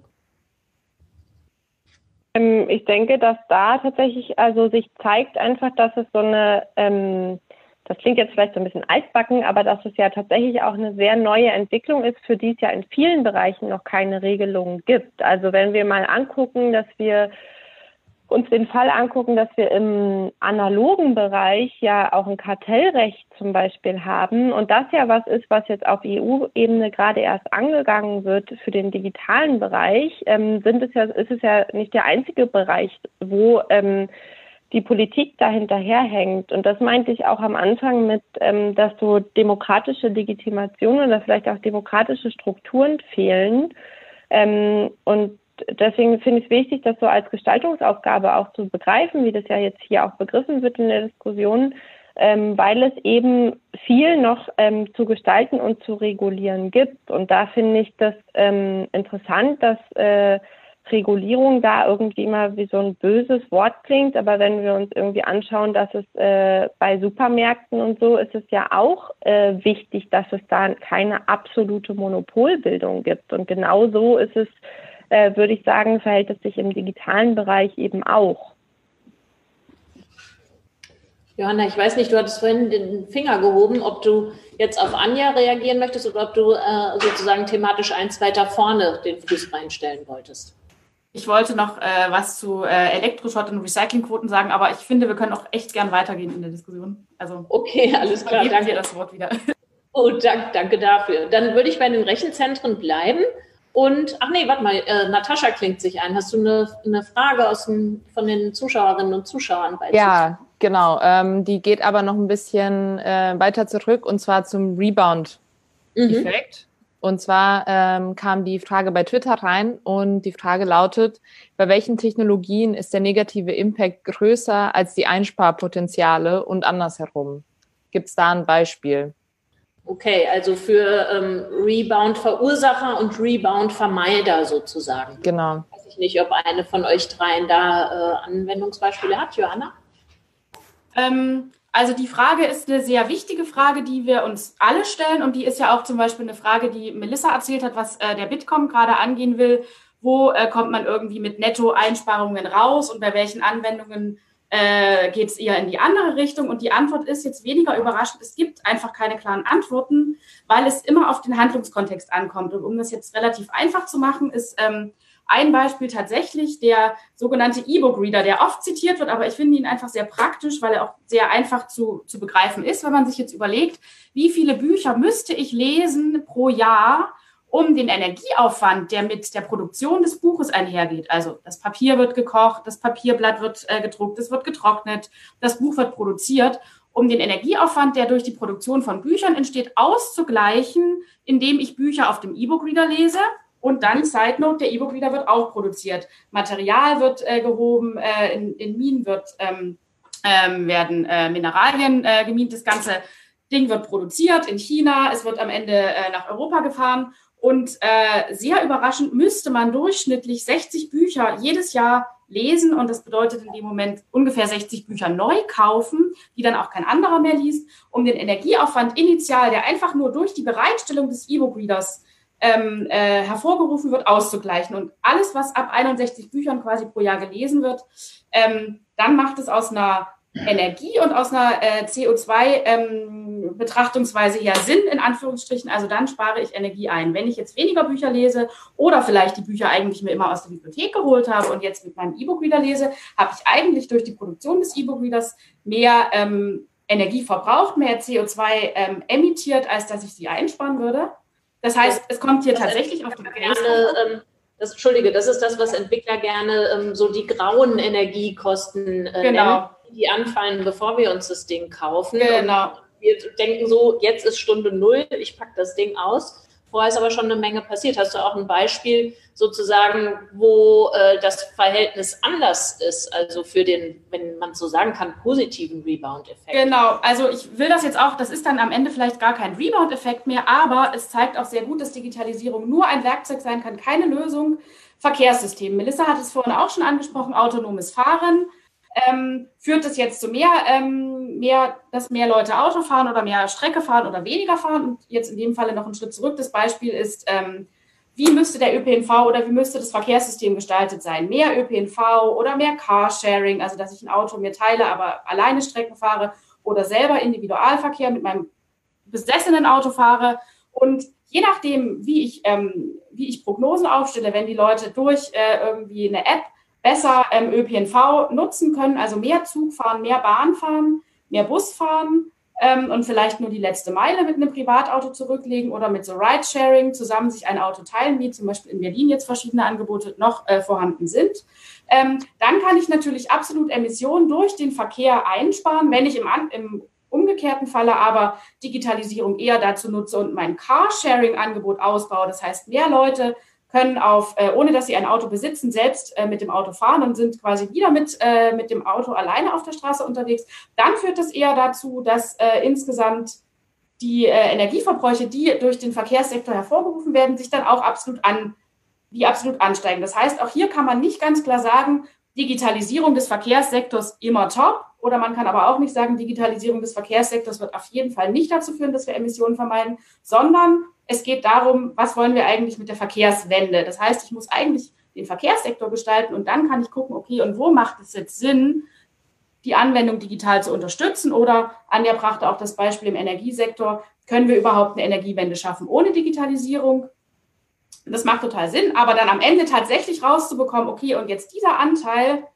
Ich denke, dass da tatsächlich also sich zeigt einfach, dass es so eine, ähm, das klingt jetzt vielleicht so ein bisschen altbacken, aber dass es ja tatsächlich auch eine sehr neue Entwicklung ist, für die es ja in vielen Bereichen noch keine Regelungen gibt. Also wenn wir mal angucken, dass wir uns den Fall angucken, dass wir im analogen Bereich ja auch ein Kartellrecht zum Beispiel haben und das ja was ist, was jetzt auf E U-Ebene gerade erst angegangen wird für den digitalen Bereich, ähm, sind es ja, ist es ja nicht der einzige Bereich, wo ähm, die Politik da hinterherhängt. Und das meinte ich auch am Anfang mit, ähm, dass so demokratische Legitimation oder vielleicht auch demokratische Strukturen fehlen. Ähm, und deswegen finde ich es wichtig, das so als Gestaltungsaufgabe auch zu begreifen, wie das ja jetzt hier auch begriffen wird in der Diskussion, ähm, weil es eben viel noch ähm, zu gestalten und zu regulieren gibt. Und da finde ich das ähm, interessant, dass äh, Regulierung da irgendwie immer wie so ein böses Wort klingt. Aber wenn wir uns irgendwie anschauen, dass es äh, bei Supermärkten und so ist es ja auch äh, wichtig, dass es da keine absolute Monopolbildung gibt. Und genau so ist es, Äh, würde ich sagen, verhält es sich im digitalen Bereich eben auch. Johanna, ich weiß nicht, du hattest vorhin den Finger gehoben, ob du jetzt auf Anja reagieren möchtest oder ob du äh, sozusagen thematisch eins weiter vorne den Fuß reinstellen wolltest. Ich wollte noch äh, was zu äh, Elektroschrott und Recyclingquoten sagen, aber ich finde, wir können auch echt gern weitergehen in der Diskussion. Also, okay, alles klar. Danke dir das Wort wieder. Oh, danke, danke dafür. Dann würde ich bei den Rechenzentren bleiben. Und, ach nee, warte mal, äh, Natascha klingt sich ein. Hast du eine, eine Frage aus dem, von den Zuschauerinnen und Zuschauern beizutragen? Ja, genau. Ähm, die geht aber noch ein bisschen äh, weiter zurück und zwar zum Rebound-Effekt. Mhm. Und zwar ähm, kam die Frage bei Twitter rein und die Frage lautet, bei welchen Technologien ist der negative Impact größer als die Einsparpotenziale und andersherum? Gibt es da ein Beispiel? Okay, also für ähm, Rebound-Verursacher und Rebound-Vermeider sozusagen. Genau. Weiß ich nicht, ob eine von euch dreien da äh, Anwendungsbeispiele hat, Johanna? Ähm, also die Frage ist eine sehr wichtige Frage, die wir uns alle stellen und die ist ja auch zum Beispiel eine Frage, die Melissa erzählt hat, was äh, der Bitkom gerade angehen will. Wo äh, kommt man irgendwie mit Nettoeinsparungen raus und bei welchen Anwendungen Äh, geht es eher in die andere Richtung? Und die Antwort ist jetzt weniger überraschend. Es gibt einfach keine klaren Antworten, weil es immer auf den Handlungskontext ankommt. Und um das jetzt relativ einfach zu machen, ist ähm, ein Beispiel tatsächlich der sogenannte E-Book-Reader, der oft zitiert wird, aber ich finde ihn einfach sehr praktisch, weil er auch sehr einfach zu, zu begreifen ist, wenn man sich jetzt überlegt, wie viele Bücher müsste ich lesen pro Jahr, um den Energieaufwand, der mit der Produktion des Buches einhergeht. Also das Papier wird gekocht, das Papierblatt wird äh, gedruckt, es wird getrocknet, das Buch wird produziert, um den Energieaufwand, der durch die Produktion von Büchern entsteht, auszugleichen, indem ich Bücher auf dem E-Book-Reader lese. Und dann, Side Note, der E-Book-Reader wird auch produziert. Material wird äh, gehoben, äh, in, in Minen wird, ähm, ähm, werden äh, Mineralien äh, gemint, das ganze Ding wird produziert in China, es wird am Ende äh, nach Europa gefahren. Und äh, sehr überraschend müsste man durchschnittlich sechzig Bücher jedes Jahr lesen. Und das bedeutet in dem Moment ungefähr sechzig Bücher neu kaufen, die dann auch kein anderer mehr liest, um den Energieaufwand initial, der einfach nur durch die Bereitstellung des E-Book-Readers ähm, äh, hervorgerufen wird, auszugleichen. Und alles, was ab einundsechzig Büchern quasi pro Jahr gelesen wird, ähm, dann macht es aus einer Energie und aus einer äh, C O zwei Betrachtungsweise her Sinn, in Anführungsstrichen. Also dann spare ich Energie ein. Wenn ich jetzt weniger Bücher lese oder vielleicht die Bücher eigentlich mir immer aus der Bibliothek geholt habe und jetzt mit meinem E-Book-Reader lese, habe ich eigentlich durch die Produktion des E-Book-Readers mehr ähm, Energie verbraucht, mehr C O zwei ähm, emittiert, als dass ich sie einsparen würde. Das heißt, es kommt hier das tatsächlich auf die gerne, ähm, das, Entschuldige, das ist das, was Entwickler gerne ähm, so die grauen Energiekosten äh, genau. nennen, die anfallen, bevor wir uns das Ding kaufen. Genau. Und wir denken so, jetzt ist Stunde Null, ich packe das Ding aus. Vorher ist aber schon eine Menge passiert. Hast du auch ein Beispiel sozusagen, wo äh, das Verhältnis anders ist, also für den, wenn man so sagen kann, positiven Rebound-Effekt? Genau, also ich will das jetzt auch, das ist dann am Ende vielleicht gar kein Rebound-Effekt mehr, aber es zeigt auch sehr gut, dass Digitalisierung nur ein Werkzeug sein kann, keine Lösung. Verkehrssystem. Melissa hat es vorhin auch schon angesprochen, autonomes Fahren. Ähm, führt es jetzt zu mehr, ähm, mehr, dass mehr Leute Auto fahren oder mehr Strecke fahren oder weniger fahren? Und jetzt in dem Falle noch ein Schritt zurück. Das Beispiel ist, ähm, wie müsste der Ö P N V oder wie müsste das Verkehrssystem gestaltet sein? Mehr Ö P N V oder mehr Carsharing, also dass ich ein Auto mir teile, aber alleine Strecken fahre oder selber Individualverkehr mit meinem besessenen Auto fahre. Und je nachdem, wie ich, ähm, wie ich Prognosen aufstelle, wenn die Leute durch äh, irgendwie eine App besser ähm, Ö P N V nutzen können, also mehr Zug fahren, mehr Bahn fahren, mehr Bus fahren ähm, und vielleicht nur die letzte Meile mit einem Privatauto zurücklegen oder mit so Ridesharing zusammen sich ein Auto teilen, wie zum Beispiel in Berlin jetzt verschiedene Angebote noch äh, vorhanden sind. Ähm, dann kann ich natürlich absolut Emissionen durch den Verkehr einsparen, wenn ich im, im umgekehrten Falle aber Digitalisierung eher dazu nutze und mein Carsharing-Angebot ausbaue. Das heißt, mehr Leute können auf, äh, ohne dass sie ein Auto besitzen, selbst äh, mit dem Auto fahren und sind quasi wieder mit, äh, mit dem Auto alleine auf der Straße unterwegs. Dann führt das eher dazu, dass äh, insgesamt die äh, Energieverbräuche, die durch den Verkehrssektor hervorgerufen werden, sich dann auch absolut an, die absolut ansteigen. Das heißt, auch hier kann man nicht ganz klar sagen, Digitalisierung des Verkehrssektors immer top. Oder man kann aber auch nicht sagen, Digitalisierung des Verkehrssektors wird auf jeden Fall nicht dazu führen, dass wir Emissionen vermeiden, sondern es geht darum, was wollen wir eigentlich mit der Verkehrswende? Das heißt, ich muss eigentlich den Verkehrssektor gestalten und dann kann ich gucken, okay, und wo macht es jetzt Sinn, die Anwendung digital zu unterstützen? Oder Anja brachte auch das Beispiel im Energiesektor, können wir überhaupt eine Energiewende schaffen ohne Digitalisierung? Das macht total Sinn, aber dann am Ende tatsächlich rauszubekommen, okay, und jetzt dieser Anteil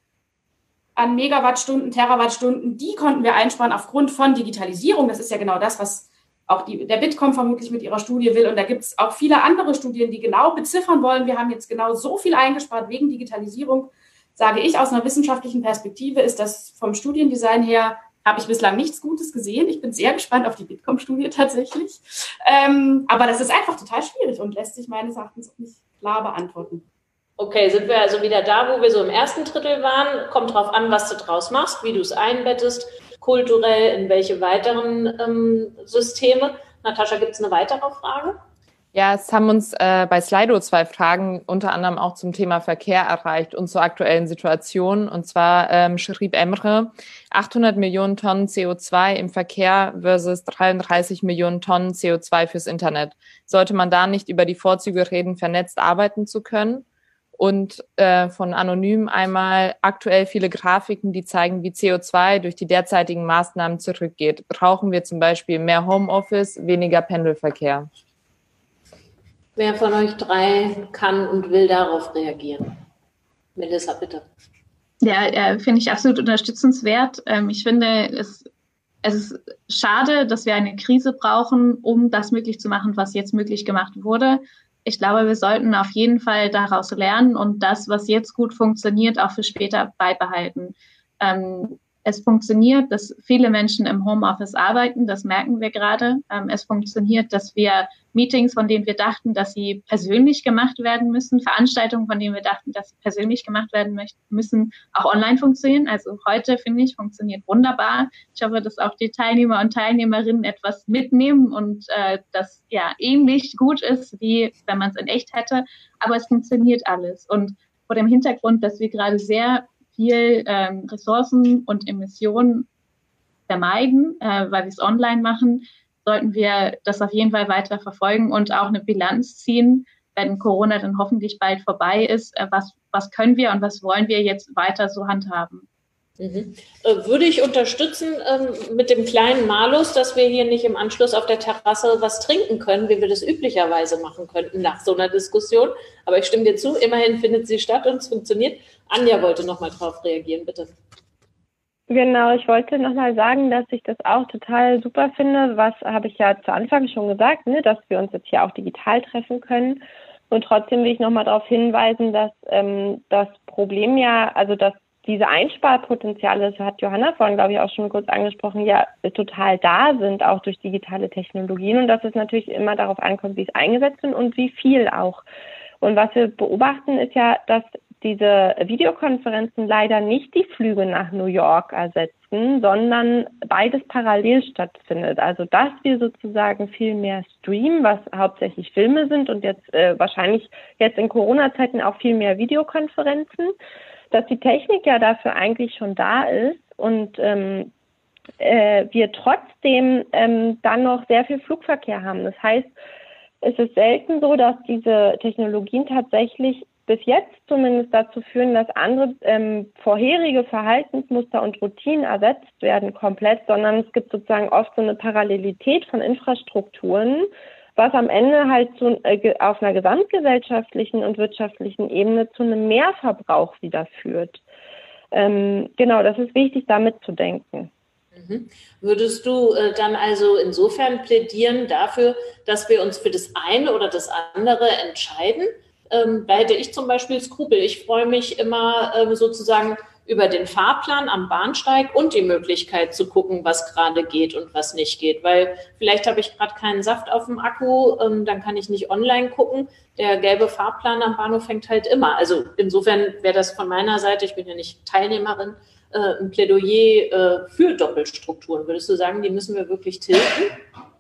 an Megawattstunden, Terawattstunden, die konnten wir einsparen aufgrund von Digitalisierung. Das ist ja genau das, was auch die, der Bitkom vermutlich mit ihrer Studie will. Und da gibt es auch viele andere Studien, die genau beziffern wollen, wir haben jetzt genau so viel eingespart wegen Digitalisierung. Sage ich aus einer wissenschaftlichen Perspektive, ist das vom Studiendesign her, habe ich bislang nichts Gutes gesehen. Ich bin sehr gespannt auf die Bitkom-Studie tatsächlich. Ähm, aber das ist einfach total schwierig und lässt sich meines Erachtens auch nicht klar beantworten. Okay, sind wir also wieder da, wo wir so im ersten Drittel waren. Kommt drauf an, was du draus machst, wie du es einbettest, kulturell, in welche weiteren ähm, Systeme. Natascha, gibt es eine weitere Frage? Ja, es haben uns äh, bei Slido zwei Fragen unter anderem auch zum Thema Verkehr erreicht und zur aktuellen Situation. Und zwar ähm, schrieb Emre, achthundert Millionen Tonnen C O zwei im Verkehr versus dreiunddreißig Millionen Tonnen C O zwei fürs Internet. Sollte man da nicht über die Vorzüge reden, vernetzt arbeiten zu können? Und äh, von Anonym einmal aktuell viele Grafiken, die zeigen, wie C O zwei durch die derzeitigen Maßnahmen zurückgeht. Brauchen wir zum Beispiel mehr Homeoffice, weniger Pendelverkehr? Wer von euch drei kann und will darauf reagieren? Melissa, bitte. Ja, äh, finde ich absolut unterstützenswert. Ähm, ich finde, es, es ist schade, dass wir eine Krise brauchen, um das möglich zu machen, was jetzt möglich gemacht wurde. Ich glaube, wir sollten auf jeden Fall daraus lernen und das, was jetzt gut funktioniert, auch für später beibehalten. Ähm, es funktioniert, dass viele Menschen im Homeoffice arbeiten, das merken wir gerade. Ähm, es funktioniert, dass wir Meetings, von denen wir dachten, dass sie persönlich gemacht werden müssen, Veranstaltungen, von denen wir dachten, dass sie persönlich gemacht werden möchten, müssen, auch online funktionieren. Also heute, finde ich, funktioniert wunderbar. Ich hoffe, dass auch die Teilnehmer und Teilnehmerinnen etwas mitnehmen und äh, das ja ähnlich gut ist, wie wenn man es in echt hätte. Aber es funktioniert alles. Und vor dem Hintergrund, dass wir gerade sehr viel ähm, Ressourcen und Emissionen vermeiden, äh, weil wir es online machen, sollten wir das auf jeden Fall weiter verfolgen und auch eine Bilanz ziehen, wenn Corona dann hoffentlich bald vorbei ist. Äh, was, was können wir und was wollen wir jetzt weiter so handhaben? Mhm. Äh, würde ich unterstützen ähm, mit dem kleinen Malus, dass wir hier nicht im Anschluss auf der Terrasse was trinken können, wie wir das üblicherweise machen könnten nach so einer Diskussion. Aber ich stimme dir zu, immerhin findet sie statt und es funktioniert. Anja wollte noch mal drauf reagieren, bitte. Genau, ich wollte nochmal sagen, dass ich das auch total super finde, was habe ich ja zu Anfang schon gesagt, ne, dass wir uns jetzt hier auch digital treffen können. Und trotzdem will ich nochmal darauf hinweisen, dass ähm, das Problem ja, also dass diese Einsparpotenziale, das hat Johanna vorhin, glaube ich, auch schon kurz angesprochen, ja total da sind, auch durch digitale Technologien. Und dass es natürlich immer darauf ankommt, wie es eingesetzt wird und wie viel auch. Und was wir beobachten, ist ja, dass diese Videokonferenzen leider nicht die Flüge nach New York ersetzen, sondern beides parallel stattfindet. Also dass wir sozusagen viel mehr streamen, was hauptsächlich Filme sind und jetzt äh, wahrscheinlich jetzt in Corona-Zeiten auch viel mehr Videokonferenzen. dass die Technik ja dafür eigentlich schon da ist und ähm, äh, wir trotzdem ähm, dann noch sehr viel Flugverkehr haben. Das heißt, es ist selten so, dass diese Technologien tatsächlich bis jetzt zumindest dazu führen, dass andere ähm, vorherige Verhaltensmuster und Routinen ersetzt werden komplett, sondern es gibt sozusagen oft so eine Parallelität von Infrastrukturen, was am Ende halt zu, äh, auf einer gesamtgesellschaftlichen und wirtschaftlichen Ebene zu einem Mehrverbrauch wieder führt. Ähm, genau, das ist wichtig, da mitzudenken. Mhm. Würdest du äh, dann also insofern plädieren dafür, dass wir uns für das eine oder das andere entscheiden? Ähm, da hätte ich zum Beispiel Skrupel. Ich freue mich immer ähm, sozusagen über den Fahrplan am Bahnsteig und die Möglichkeit zu gucken, was gerade geht und was nicht geht. Weil vielleicht habe ich gerade keinen Saft auf dem Akku, ähm, dann kann ich nicht online gucken. Der gelbe Fahrplan am Bahnhof hängt halt immer. Also insofern wäre das von meiner Seite, ich bin ja nicht Teilnehmerin, äh, ein Plädoyer äh, für Doppelstrukturen. Würdest du sagen, die müssen wir wirklich tilgen?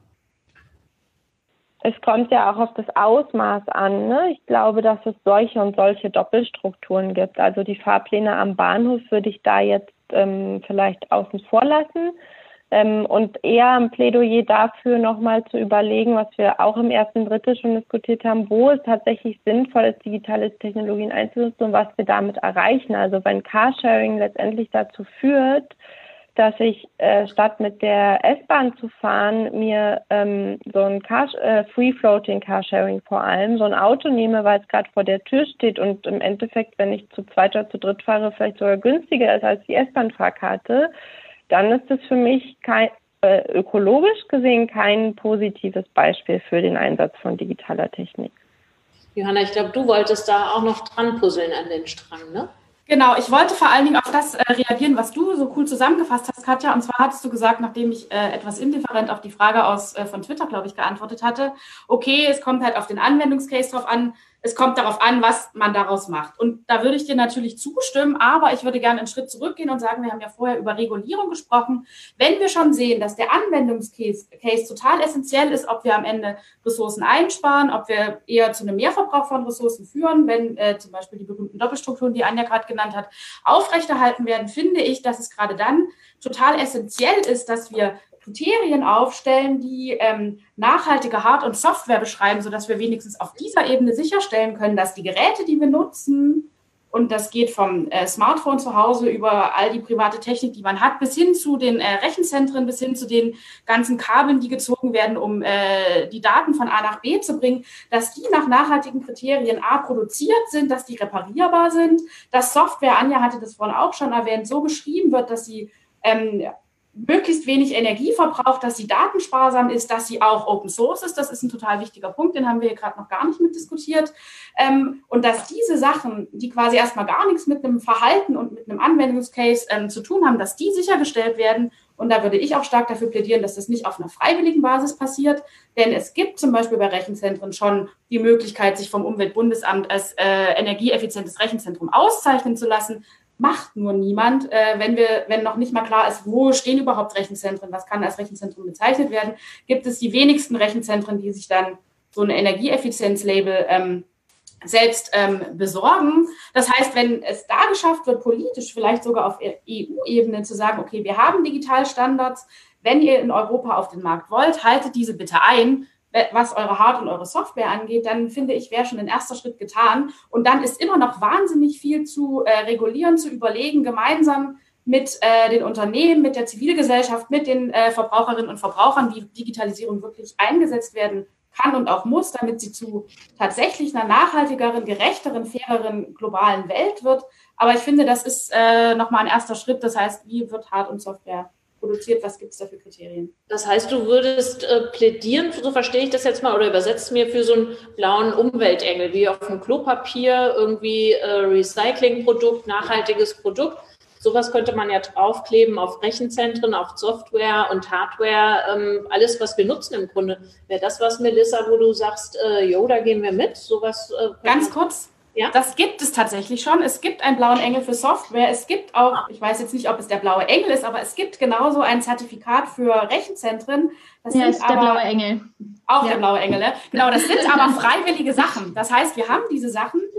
Es kommt ja auch auf das Ausmaß an. Ne? Ich glaube, dass es solche und solche Doppelstrukturen gibt. Also die Fahrpläne am Bahnhof würde ich da jetzt ähm, vielleicht außen vor lassen ähm, und eher ein Plädoyer dafür nochmal zu überlegen, was wir auch im ersten Drittel schon diskutiert haben, wo es tatsächlich sinnvoll ist, digitale Technologien einzusetzen und was wir damit erreichen. Also wenn Carsharing letztendlich dazu führt, dass ich äh, statt mit der S-Bahn zu fahren, mir ähm, so ein Car- äh, Free-Floating Carsharing vor allem, so ein Auto nehme, weil es gerade vor der Tür steht und im Endeffekt, wenn ich zu zweit oder zu dritt fahre, vielleicht sogar günstiger ist als die S-Bahn-Fahrkarte, dann ist das für mich kein, äh, ökologisch gesehen kein positives Beispiel für den Einsatz von digitaler Technik. Johanna, ich glaube, du wolltest da auch noch dran puzzeln an den Strang, ne? Genau, ich wollte vor allen Dingen auf das äh, reagieren, was du so cool zusammengefasst hast, Katja. Und zwar hattest du gesagt, nachdem ich äh, etwas indifferent auf die Frage aus äh, von Twitter, glaube ich, geantwortet hatte, okay, es kommt halt auf den Anwendungscase drauf an, es kommt darauf an, was man daraus macht. Und da würde ich dir natürlich zustimmen, aber ich würde gerne einen Schritt zurückgehen und sagen, wir haben ja vorher über Regulierung gesprochen. Wenn wir schon sehen, dass der Anwendungscase Case total essentiell ist, ob wir am Ende Ressourcen einsparen, ob wir eher zu einem Mehrverbrauch von Ressourcen führen, wenn äh, zum Beispiel die berühmten Doppelstrukturen, die Anja gerade genannt hat, aufrechterhalten werden, finde ich, dass es gerade dann total essentiell ist, dass wir Kriterien aufstellen, die ähm, nachhaltige Hard- und Software beschreiben, sodass wir wenigstens auf dieser Ebene sicherstellen können, dass die Geräte, die wir nutzen, und das geht vom äh, Smartphone zu Hause über all die private Technik, die man hat, bis hin zu den äh, Rechenzentren, bis hin zu den ganzen Kabeln, die gezogen werden, um äh, die Daten von A nach B zu bringen, dass die nach nachhaltigen Kriterien A produziert sind, dass die reparierbar sind, dass Software, Anja hatte das vorhin auch schon erwähnt, so geschrieben wird, dass sie ähm, möglichst wenig Energie verbraucht, dass sie datensparsam ist, dass sie auch Open Source ist. Das ist ein total wichtiger Punkt, den haben wir hier gerade noch gar nicht mit diskutiert. Ähm, und dass diese Sachen, die quasi erstmal gar nichts mit einem Verhalten und mit einem Anwendungscase ähm, zu tun haben, dass die sichergestellt werden. Und da würde ich auch stark dafür plädieren, dass das nicht auf einer freiwilligen Basis passiert. Denn es gibt zum Beispiel bei Rechenzentren schon die Möglichkeit, sich vom Umweltbundesamt als äh, energieeffizientes Rechenzentrum auszeichnen zu lassen. Macht nur niemand, äh, wenn wir, wenn noch nicht mal klar ist, wo stehen überhaupt Rechenzentren, was kann als Rechenzentrum bezeichnet werden, gibt es die wenigsten Rechenzentren, die sich dann so ein Energieeffizienzlabel ähm, selbst ähm, besorgen. Das heißt, wenn es da geschafft wird, politisch vielleicht sogar auf E U-Ebene zu sagen, okay, wir haben Digitalstandards, wenn ihr in Europa auf den Markt wollt, haltet diese bitte ein, was eure Hard- und eure Software angeht, dann finde ich, wäre schon ein erster Schritt getan. Und dann ist immer noch wahnsinnig viel zu äh, regulieren, zu überlegen, gemeinsam mit äh, den Unternehmen, mit der Zivilgesellschaft, mit den äh, Verbraucherinnen und Verbrauchern, wie Digitalisierung wirklich eingesetzt werden kann und auch muss, damit sie zu tatsächlich einer nachhaltigeren, gerechteren, faireren globalen Welt wird. Aber ich finde, das ist äh, nochmal ein erster Schritt. Das heißt, wie wird Hard- und Software produziert, was gibt es da für Kriterien? Das heißt, du würdest äh, plädieren, so verstehe ich das jetzt mal, oder übersetzt mir für so einen blauen Umweltengel, wie auf dem Klopapier, irgendwie äh, Recyclingprodukt, nachhaltiges Produkt. Sowas könnte man ja draufkleben auf Rechenzentren, auf Software und Hardware, ähm, alles, was wir nutzen im Grunde. Wäre das was, Melissa, wo du sagst, äh, jo, da gehen wir mit? Sowas, äh, Ganz kurz. Ja? Das gibt es tatsächlich schon. Es gibt einen blauen Engel für Software. Es gibt auch, ich weiß jetzt nicht, ob es der blaue Engel ist, aber es gibt genauso ein Zertifikat für Rechenzentren. Das ja, sind ist aber der blaue Engel. Auch ja. der blaue Engel, ne? Genau, das sind aber freiwillige Sachen. Das heißt, wir haben diese Sachen,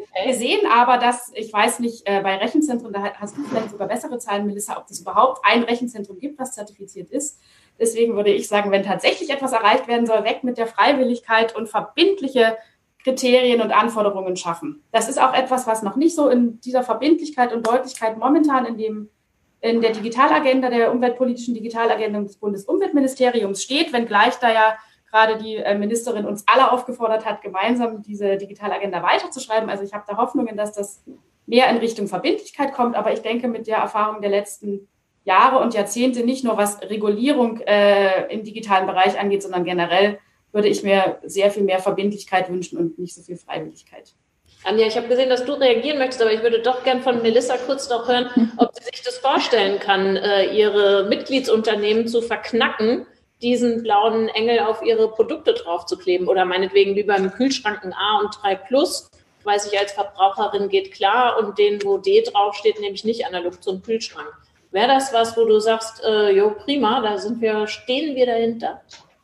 Wir sehen aber, dass, ich weiß nicht, bei Rechenzentren, da hast du vielleicht sogar bessere Zahlen, Melissa, ob es überhaupt ein Rechenzentrum gibt, was zertifiziert ist. Deswegen würde ich sagen, wenn tatsächlich etwas erreicht werden soll, weg mit der Freiwilligkeit und verbindliche Kriterien und Anforderungen schaffen. Das ist auch etwas, was noch nicht so in dieser Verbindlichkeit und Deutlichkeit momentan in dem in der Digitalagenda, der umweltpolitischen Digitalagenda des Bundesumweltministeriums steht, wenngleich da ja gerade die Ministerin uns alle aufgefordert hat, gemeinsam diese Digitalagenda weiterzuschreiben. Also ich habe da Hoffnungen, dass das mehr in Richtung Verbindlichkeit kommt, aber ich denke, mit der Erfahrung der letzten Jahre und Jahrzehnte, nicht nur was Regulierung äh, im digitalen Bereich angeht, sondern generell würde ich mir sehr viel mehr Verbindlichkeit wünschen und nicht so viel Freiwilligkeit. Anja, ich habe gesehen, dass du reagieren möchtest, aber ich würde doch gern von Melissa kurz noch hören, ob sie sich das vorstellen kann, ihre Mitgliedsunternehmen zu verknacken, diesen blauen Engel auf ihre Produkte draufzukleben oder meinetwegen wie beim Kühlschrank ein A und drei Plus, weiß ich als Verbraucherin, geht klar, und den, wo D draufsteht, nehme ich nicht analog zum Kühlschrank. Wäre das was, wo du sagst, äh, jo, prima, da sind wir, stehen wir dahinter?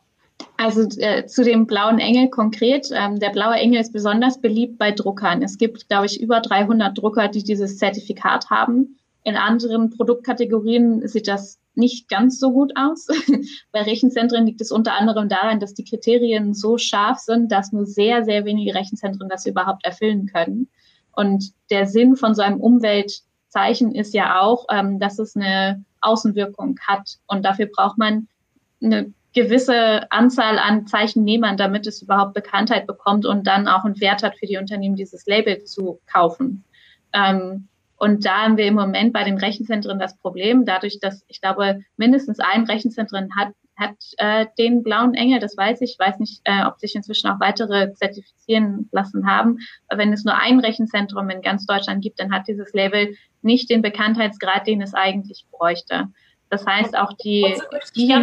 Also äh, zu dem blauen Engel konkret. Ähm, der blaue Engel ist besonders beliebt bei Druckern. Es gibt, glaube ich, über dreihundert Drucker, die dieses Zertifikat haben. In anderen Produktkategorien sieht das nicht ganz so gut aus. Bei Rechenzentren liegt es unter anderem daran, dass die Kriterien so scharf sind, dass nur sehr, sehr wenige Rechenzentren das überhaupt erfüllen können. Und der Sinn von so einem Umweltzeichen ist ja auch, ähm, dass es eine Außenwirkung hat. Und dafür braucht man eine gewisse Anzahl an Zeichennehmern, damit es überhaupt Bekanntheit bekommt und dann auch einen Wert hat für die Unternehmen, dieses Label zu kaufen. Ähm, und da haben wir im Moment bei den Rechenzentren das Problem, dadurch, dass ich glaube, mindestens ein Rechenzentrum hat, hat äh, den blauen Engel, das weiß ich. Ich weiß nicht, äh, ob sich inzwischen auch weitere zertifizieren lassen haben. Aber wenn es nur ein Rechenzentrum in ganz Deutschland gibt, dann hat dieses Label nicht den Bekanntheitsgrad, den es eigentlich bräuchte. Das heißt, auch die... die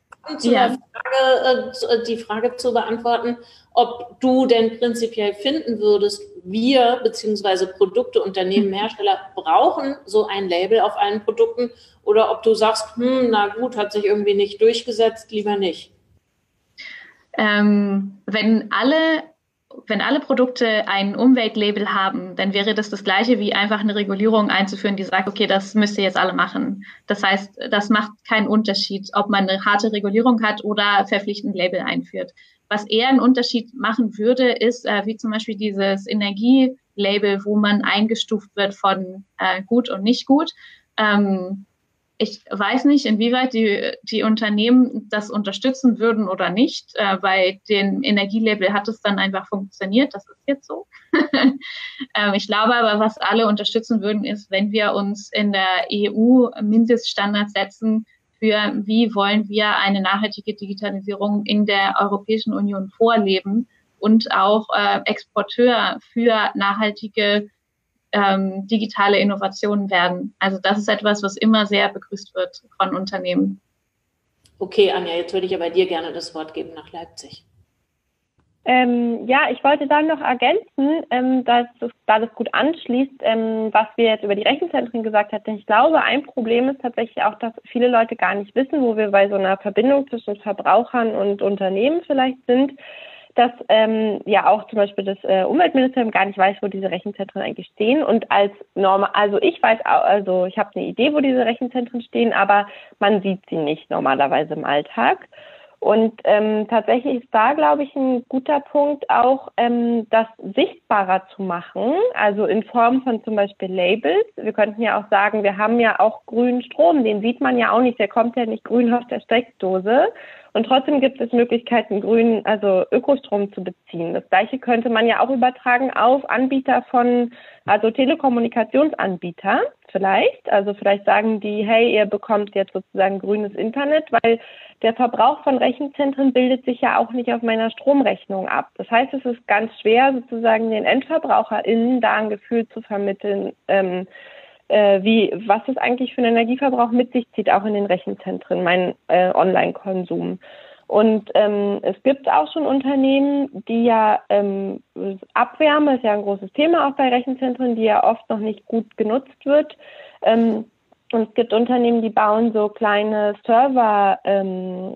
Zu ja. der Frage, äh, die Frage zu beantworten, ob du denn prinzipiell finden würdest, wir bzw. Produkte, Unternehmen, Hersteller brauchen so ein Label auf allen Produkten, oder ob du sagst, hm, na gut, hat sich irgendwie nicht durchgesetzt, lieber nicht. Ähm, wenn alle Wenn alle Produkte ein Umweltlabel haben, dann wäre das das Gleiche wie einfach eine Regulierung einzuführen, die sagt, okay, das müsst ihr jetzt alle machen. Das heißt, das macht keinen Unterschied, ob man eine harte Regulierung hat oder verpflichtend Label einführt. Was eher einen Unterschied machen würde, ist äh, wie zum Beispiel dieses Energielabel, wo man eingestuft wird von äh, gut und nicht gut. Ähm, Ich weiß nicht, inwieweit die, die Unternehmen das unterstützen würden oder nicht. Äh, bei dem Energielabel hat es dann einfach funktioniert. Das ist jetzt so. ähm, ich glaube aber, was alle unterstützen würden, ist, wenn wir uns in der E U Mindeststandards setzen für, wie wollen wir eine nachhaltige Digitalisierung in der Europäischen Union vorleben und auch äh, Exporteur für nachhaltige Ähm, digitale Innovationen werden. Also das ist etwas, was immer sehr begrüßt wird von Unternehmen. Okay, Anja, jetzt würde ich aber dir gerne das Wort geben nach Leipzig. Ähm, ja, ich wollte dann noch ergänzen, ähm, dass das, da das gut anschließt, ähm, was wir jetzt über die Rechenzentren gesagt hatten. Ich glaube, ein Problem ist tatsächlich auch, dass viele Leute gar nicht wissen, wo wir bei so einer Verbindung zwischen Verbrauchern und Unternehmen vielleicht sind, dass ähm, ja auch zum Beispiel das äh, Umweltministerium gar nicht weiß, wo diese Rechenzentren eigentlich stehen. Und als normal, also ich weiß auch, also ich habe eine Idee, wo diese Rechenzentren stehen, aber man sieht sie nicht normalerweise im Alltag. Und ähm, tatsächlich ist da, glaube ich, ein guter Punkt auch, ähm, das sichtbarer zu machen, also in Form von zum Beispiel Labels. Wir könnten ja auch sagen, wir haben ja auch grünen Strom, den sieht man ja auch nicht, der kommt ja nicht grün aus der Steckdose. Und trotzdem gibt es Möglichkeiten, grünen, also Ökostrom zu beziehen. Das Gleiche könnte man ja auch übertragen auf Anbieter von, also Telekommunikationsanbieter vielleicht. Also vielleicht sagen die, hey, ihr bekommt jetzt sozusagen grünes Internet, weil der Verbrauch von Rechenzentren bildet sich ja auch nicht auf meiner Stromrechnung ab. Das heißt, es ist ganz schwer, sozusagen den EndverbraucherInnen da ein Gefühl zu vermitteln, ähm, wie, was es eigentlich für einen Energieverbrauch mit sich zieht, auch in den Rechenzentren, mein äh, Online-Konsum. Und ähm, es gibt auch schon Unternehmen, die ja ähm, Abwärme ist ja ein großes Thema auch bei Rechenzentren, die ja oft noch nicht gut genutzt wird. Ähm, und es gibt Unternehmen, die bauen so kleine Server, ähm,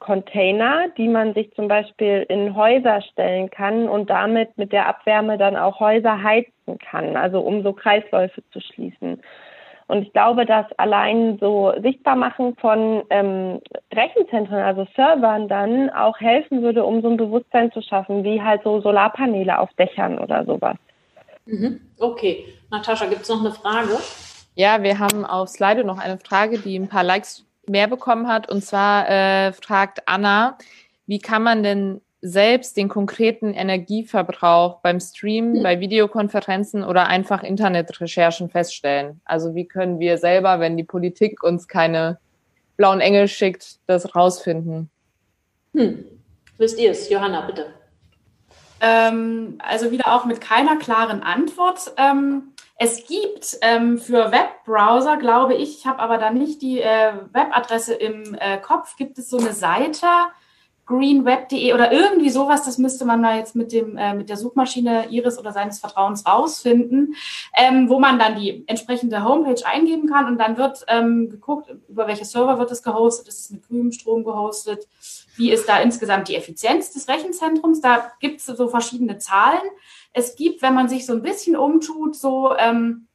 Container, die man sich zum Beispiel in Häuser stellen kann und damit mit der Abwärme dann auch Häuser heizen kann, also um so Kreisläufe zu schließen. Und ich glaube, dass allein so Sichtbarmachen von ähm, Rechenzentren, also Servern, dann auch helfen würde, um so ein Bewusstsein zu schaffen, wie halt so Solarpaneele auf Dächern oder sowas. Mhm. Okay. Natascha, gibt es noch eine Frage? Ja, wir haben auf Slido noch eine Frage, die ein paar Likes mehr bekommen hat. Und zwar äh, fragt Anna, wie kann man denn selbst den konkreten Energieverbrauch beim Streamen, bei Videokonferenzen oder einfach Internetrecherchen feststellen? Also wie können wir selber, wenn die Politik uns keine blauen Engel schickt, das rausfinden? Hm. Wisst ihr es? Johanna, bitte. Ähm, also wieder auch mit keiner klaren Antwort. Ähm, es gibt ähm, für Webbrowser, glaube ich, ich habe aber da nicht die äh, Webadresse im äh, Kopf, gibt es so eine Seite, greenweb punkt de oder irgendwie sowas, das müsste man da jetzt mit dem äh, mit der Suchmaschine Ihres oder seines Vertrauens rausfinden, ähm, wo man dann die entsprechende Homepage eingeben kann und dann wird ähm, geguckt, über welche Server wird es gehostet, ist es mit grünem Strom gehostet, wie ist da insgesamt die Effizienz des Rechenzentrums, da gibt es so verschiedene Zahlen. Es gibt, wenn man sich so ein bisschen umtut, so ähm,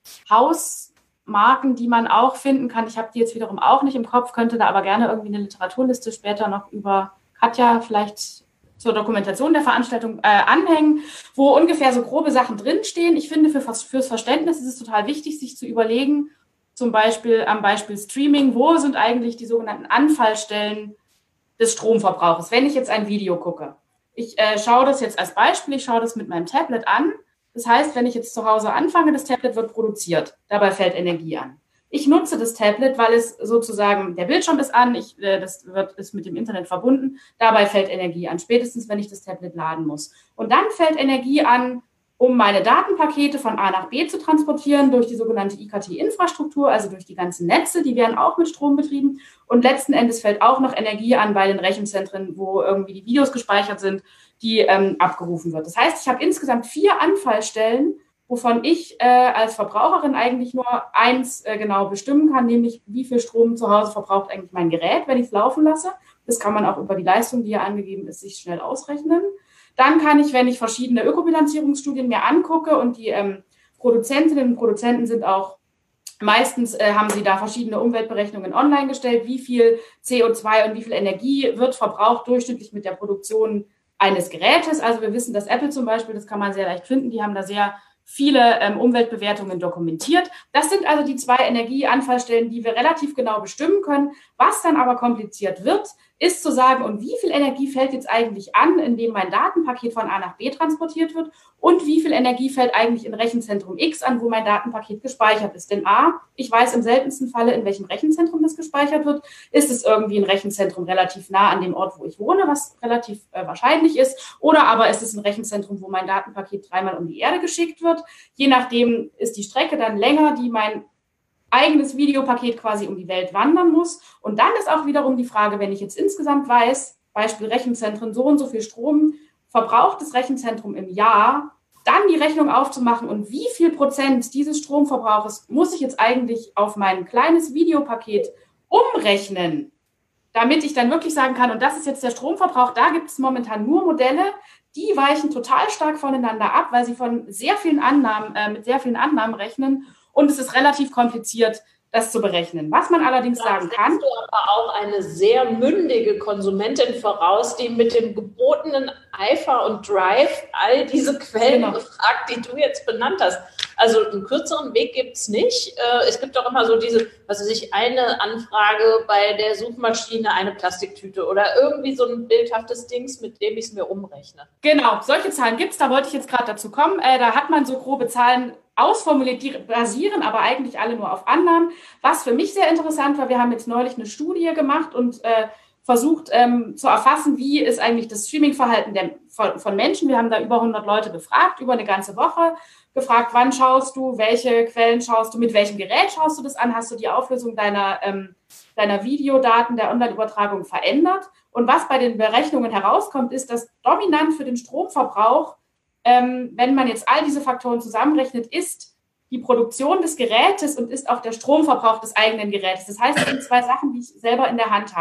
Hausmarken, die man auch finden kann. Ich habe die jetzt wiederum auch nicht im Kopf, könnte da aber gerne irgendwie eine Literaturliste später noch über Katja vielleicht zur Dokumentation der Veranstaltung äh, anhängen, wo ungefähr so grobe Sachen drinstehen. Ich finde, für, fürs Verständnis ist es total wichtig, sich zu überlegen, zum Beispiel am Beispiel Streaming, wo sind eigentlich die sogenannten Anfallstellen des Stromverbrauches, wenn ich jetzt ein Video gucke. Ich äh, schaue das jetzt als Beispiel, ich schaue das mit meinem Tablet an. Das heißt, wenn ich jetzt zu Hause anfange, das Tablet wird produziert, dabei fällt Energie an. Ich nutze das Tablet, weil es sozusagen, der Bildschirm ist an, ich, äh, das wird, ist mit dem Internet verbunden, dabei fällt Energie an, spätestens wenn ich das Tablet laden muss. Und dann fällt Energie an, um meine Datenpakete von A nach B zu transportieren durch die sogenannte I K T-Infrastruktur, also durch die ganzen Netze, die werden auch mit Strom betrieben. Und letzten Endes fällt auch noch Energie an bei den Rechenzentren, wo irgendwie die Videos gespeichert sind, die ähm, abgerufen wird. Das heißt, ich habe insgesamt vier Anfallstellen, wovon ich äh, als Verbraucherin eigentlich nur eins äh, genau bestimmen kann, nämlich wie viel Strom zu Hause verbraucht eigentlich mein Gerät, wenn ich es laufen lasse. Das kann man auch über die Leistung, die ja angegeben ist, sich schnell ausrechnen. Dann kann ich, wenn ich verschiedene Ökobilanzierungsstudien mir angucke und die ähm, Produzentinnen und Produzenten sind auch, meistens äh, haben sie da verschiedene Umweltberechnungen online gestellt, wie viel C O zwei und wie viel Energie wird verbraucht durchschnittlich mit der Produktion eines Gerätes. Also wir wissen, dass Apple zum Beispiel, das kann man sehr leicht finden, die haben da sehr viele ähm, Umweltbewertungen dokumentiert. Das sind also die zwei Energieanfallstellen, die wir relativ genau bestimmen können. Was dann aber kompliziert wird, ist zu sagen, und wie viel Energie fällt jetzt eigentlich an, indem mein Datenpaket von A nach B transportiert wird und wie viel Energie fällt eigentlich in Rechenzentrum X an, wo mein Datenpaket gespeichert ist. Denn A, ich weiß im seltensten Falle, in welchem Rechenzentrum das gespeichert wird. Ist es irgendwie ein Rechenzentrum relativ nah an dem Ort, wo ich wohne, was relativ äh, wahrscheinlich ist, oder aber ist es ein Rechenzentrum, wo mein Datenpaket dreimal um die Erde geschickt wird. Je nachdem ist die Strecke dann länger, die mein eigenes Videopaket quasi um die Welt wandern muss. Und dann ist auch wiederum die Frage, wenn ich jetzt insgesamt weiß, Beispiel Rechenzentren, so und so viel Strom verbraucht das Rechenzentrum im Jahr, dann die Rechnung aufzumachen und wie viel Prozent dieses Stromverbrauches muss ich jetzt eigentlich auf mein kleines Videopaket umrechnen, damit ich dann wirklich sagen kann, und das ist jetzt der Stromverbrauch, da gibt es momentan nur Modelle, die weichen total stark voneinander ab, weil sie von sehr vielen Annahmen, äh, mit sehr vielen Annahmen rechnen. Und es ist relativ kompliziert, das zu berechnen. Was man allerdings da sagen kann. Du aber auch eine sehr mündige Konsumentin voraus, die mit dem gebotenen Eifer und Drive all diese Quellen genau. befragt, die du jetzt benannt hast. Also einen kürzeren Weg gibt es nicht. Es gibt doch immer so diese, was weiß ich, eine Anfrage bei der Suchmaschine, eine Plastiktüte oder irgendwie so ein bildhaftes Dings, mit dem ich es mir umrechne. Genau, solche Zahlen gibt es, da wollte ich jetzt gerade dazu kommen. Äh, da hat man so grobe Zahlen ausformuliert, die basieren aber eigentlich alle nur auf Annahmen. Was für mich sehr interessant war, wir haben jetzt neulich eine Studie gemacht und äh, versucht ähm, zu erfassen, wie ist eigentlich das Streaming-Verhalten der, von, von Menschen. Wir haben da über hundert Leute befragt, über eine ganze Woche, gefragt, wann schaust du, welche Quellen schaust du, mit welchem Gerät schaust du das an, hast du die Auflösung deiner, ähm, deiner Videodaten, der Online-Übertragung verändert. Und was bei den Berechnungen herauskommt, ist, dass dominant für den Stromverbrauch, ähm, wenn man jetzt all diese Faktoren zusammenrechnet, ist die Produktion des Gerätes und ist auch der Stromverbrauch des eigenen Gerätes. Das heißt, es sind zwei Sachen, die ich selber in der Hand habe.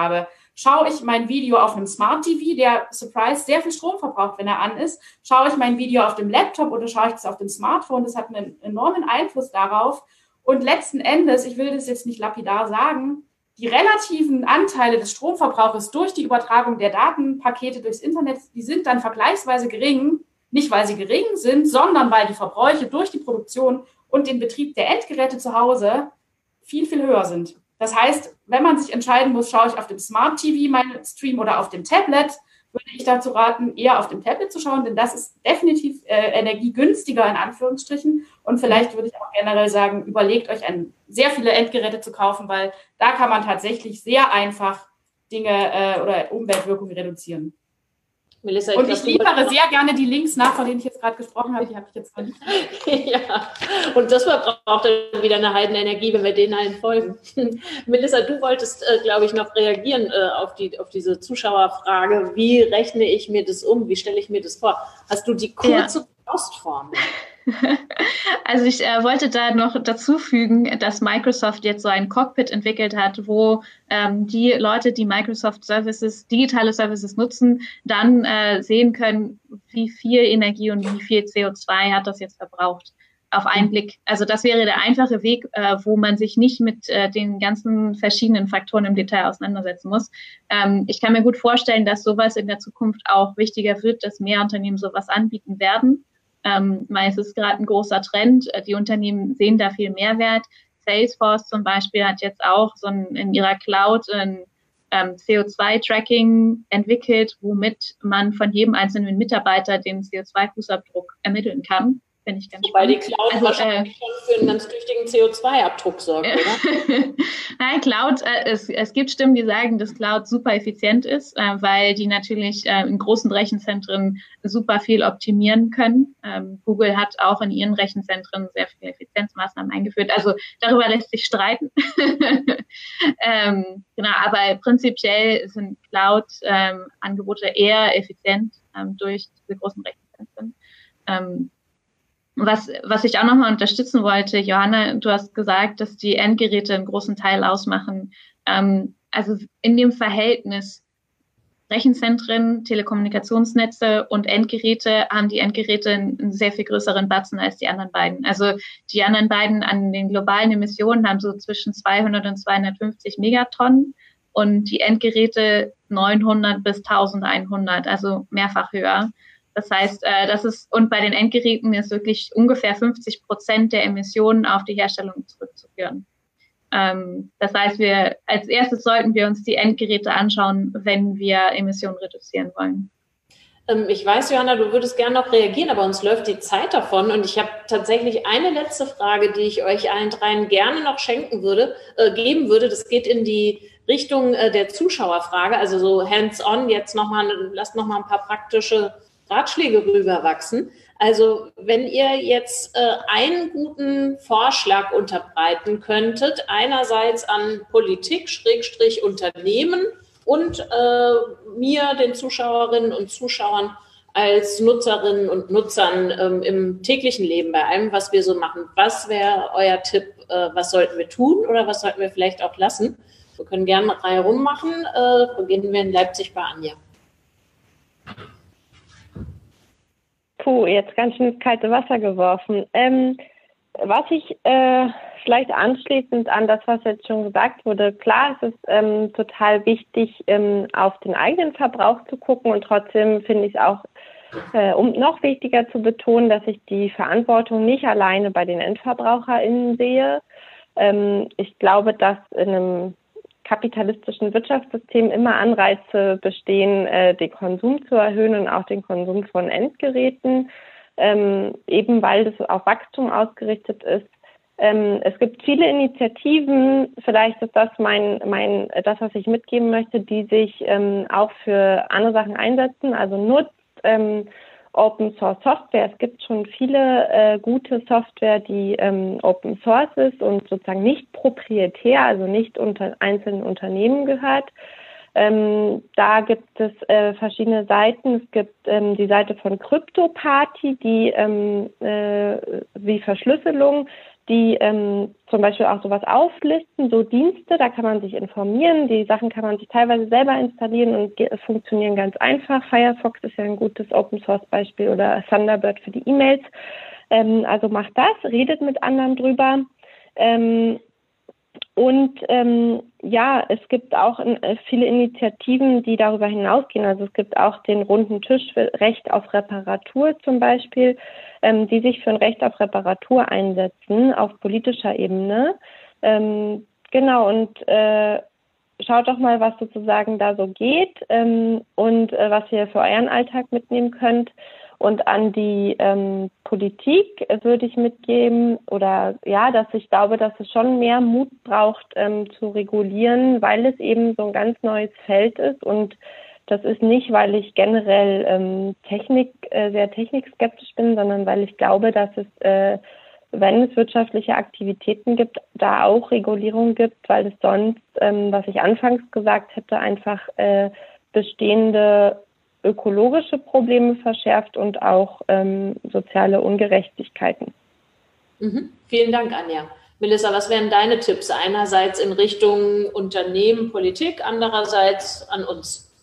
Schaue ich mein Video auf einem Smart T V, der, surprise, sehr viel Strom verbraucht, wenn er an ist? Schaue ich mein Video auf dem Laptop oder schaue ich das auf dem Smartphone? Das hat einen enormen Einfluss darauf. Und letzten Endes, ich will das jetzt nicht lapidar sagen, die relativen Anteile des Stromverbrauchs durch die Übertragung der Datenpakete durchs Internet, die sind dann vergleichsweise gering, nicht weil sie gering sind, sondern weil die Verbräuche durch die Produktion und den Betrieb der Endgeräte zu Hause viel, viel höher sind. Das heißt, wenn man sich entscheiden muss, schaue ich auf dem Smart T V meinen Stream oder auf dem Tablet, würde ich dazu raten, eher auf dem Tablet zu schauen, denn das ist definitiv äh, energiegünstiger in Anführungsstrichen. Und vielleicht würde ich auch generell sagen, überlegt euch ein, sehr viele Endgeräte zu kaufen, weil da kann man tatsächlich sehr einfach Dinge äh, oder Umweltwirkungen reduzieren. Melissa, ich und ich liefere sehr gerne die Links nach, von denen ich jetzt gerade gesprochen habe. Die habe ich jetzt noch nicht. Ja, und das verbraucht dann wieder eine Heidenenergie, wenn wir denen allen folgen. Melissa, du wolltest, äh, glaube ich, noch reagieren äh, auf, die, auf diese Zuschauerfrage. Wie rechne ich mir das um? Wie stelle ich mir das vor? Hast du die kurze ja. Faustformel? Also ich äh, wollte da noch dazu fügen, dass Microsoft jetzt so ein Cockpit entwickelt hat, wo ähm, die Leute, die Microsoft Services, digitale Services nutzen, dann äh, sehen können, wie viel Energie und wie viel C O zwei hat das jetzt verbraucht auf einen Blick. Also das wäre der einfache Weg, äh, wo man sich nicht mit äh, den ganzen verschiedenen Faktoren im Detail auseinandersetzen muss. Ähm, ich kann mir gut vorstellen, dass sowas in der Zukunft auch wichtiger wird, dass mehr Unternehmen sowas anbieten werden. Ähm, weil es ist gerade ein großer Trend. Die Unternehmen sehen da viel Mehrwert. Salesforce zum Beispiel hat jetzt auch so ein, in ihrer Cloud ein ähm, C O zwei Tracking entwickelt, womit man von jedem einzelnen Mitarbeiter den C O zwei Fußabdruck ermitteln kann. Finde ich ganz Wobei spannend. die Cloud also, wahrscheinlich äh, schon für einen ganz tüchtigen C O zwei Abdruck sorgt, oder? Nein, Cloud, äh, es, es gibt Stimmen, die sagen, dass Cloud super effizient ist, äh, weil die natürlich äh, in großen Rechenzentren super viel optimieren können. Ähm, Google hat auch in ihren Rechenzentren sehr viele Effizienzmaßnahmen eingeführt. Also darüber lässt sich streiten. ähm, genau, aber prinzipiell sind Cloud-Angebote ähm, eher effizient ähm, durch diese großen Rechenzentren. Ähm, Was, was ich auch nochmal unterstützen wollte, Johanna, du hast gesagt, dass die Endgeräte einen großen Teil ausmachen. Ähm, also in dem Verhältnis Rechenzentren, Telekommunikationsnetze und Endgeräte haben die Endgeräte einen sehr viel größeren Batzen als die anderen beiden. Also die anderen beiden an den globalen Emissionen haben so zwischen zweihundert und zweihundertfünfzig Megatonnen und die Endgeräte neunhundert bis eintausendeinhundert, also mehrfach höher. Das heißt, äh, das ist, und bei den Endgeräten ist wirklich ungefähr fünfzig Prozent der Emissionen auf die Herstellung zurückzuführen. Ähm, das heißt, wir, als erstes sollten wir uns die Endgeräte anschauen, wenn wir Emissionen reduzieren wollen. Ähm, ich weiß, Johanna, du würdest gerne noch reagieren, aber uns läuft die Zeit davon und ich habe tatsächlich eine letzte Frage, die ich euch allen dreien gerne noch schenken würde, äh, geben würde. Das geht in die Richtung äh, der Zuschauerfrage, also so hands-on, jetzt nochmal, lasst nochmal ein paar praktische Ratschläge rüberwachsen. Also wenn ihr jetzt äh, einen guten Vorschlag unterbreiten könntet, einerseits an Politik, Schrägstrich Unternehmen und äh, mir, den Zuschauerinnen und Zuschauern als Nutzerinnen und Nutzern ähm, im täglichen Leben, bei allem, was wir so machen. Was wäre euer Tipp? Äh, was sollten wir tun oder was sollten wir vielleicht auch lassen? Wir können gerne eine Reihe rummachen. Äh, beginnen wir in Leipzig bei Anja. Puh, jetzt ganz schön ins kalte Wasser geworfen. Ähm, was ich äh, vielleicht anschließend an das, was jetzt schon gesagt wurde, klar, es ist ähm, total wichtig, ähm, auf den eigenen Verbrauch zu gucken und trotzdem finde ich es auch äh, um noch wichtiger zu betonen, dass ich die Verantwortung nicht alleine bei den EndverbraucherInnen sehe. Ähm, ich glaube, dass in einem kapitalistischen Wirtschaftssystem immer Anreize bestehen, äh, den Konsum zu erhöhen und auch den Konsum von Endgeräten, ähm, eben weil das auf Wachstum ausgerichtet ist. Ähm, es gibt viele Initiativen, vielleicht ist das mein, mein, das, was ich mitgeben möchte, die sich ähm, auch für andere Sachen einsetzen, also nutzt ähm, Open Source Software. Es gibt schon viele äh, gute Software, die ähm, Open Source ist und sozusagen nicht proprietär, also nicht unter einzelnen Unternehmen gehört. Ähm, da gibt es äh, verschiedene Seiten. Es gibt ähm, die Seite von CryptoParty, die ähm, äh, wie Verschlüsselung, die ähm, zum Beispiel auch sowas auflisten, so Dienste, da kann man sich informieren, die Sachen kann man sich teilweise selber installieren und ge- funktionieren ganz einfach. Firefox ist ja ein gutes Open-Source-Beispiel oder Thunderbird für die E-Mails. Ähm, also macht das, redet mit anderen drüber. Ähm, und ähm, ja, es gibt auch äh, viele Initiativen, die darüber hinausgehen. Also es gibt auch den runden Tisch für Recht auf Reparatur zum Beispiel, ähm, die sich für ein Recht auf Reparatur einsetzen auf politischer Ebene. Ähm, genau, und äh, schaut doch mal, was sozusagen da so geht ähm, und äh, was ihr für euren Alltag mitnehmen könnt. Und an die ähm, Politik würde ich mitgeben, oder ja, dass ich glaube, dass es schon mehr Mut braucht, ähm, zu regulieren, weil es eben so ein ganz neues Feld ist. Und das ist nicht, weil ich generell ähm, Technik, äh, sehr technikskeptisch bin, sondern weil ich glaube, dass es, äh, wenn es wirtschaftliche Aktivitäten gibt, da auch Regulierung gibt, weil es sonst, ähm, was ich anfangs gesagt hätte, einfach äh, bestehende ökologische Probleme verschärft und auch ähm, soziale Ungerechtigkeiten. Mhm. Vielen Dank, Anja. Melissa, was wären deine Tipps? Einerseits in Richtung Unternehmen, Politik, andererseits an uns.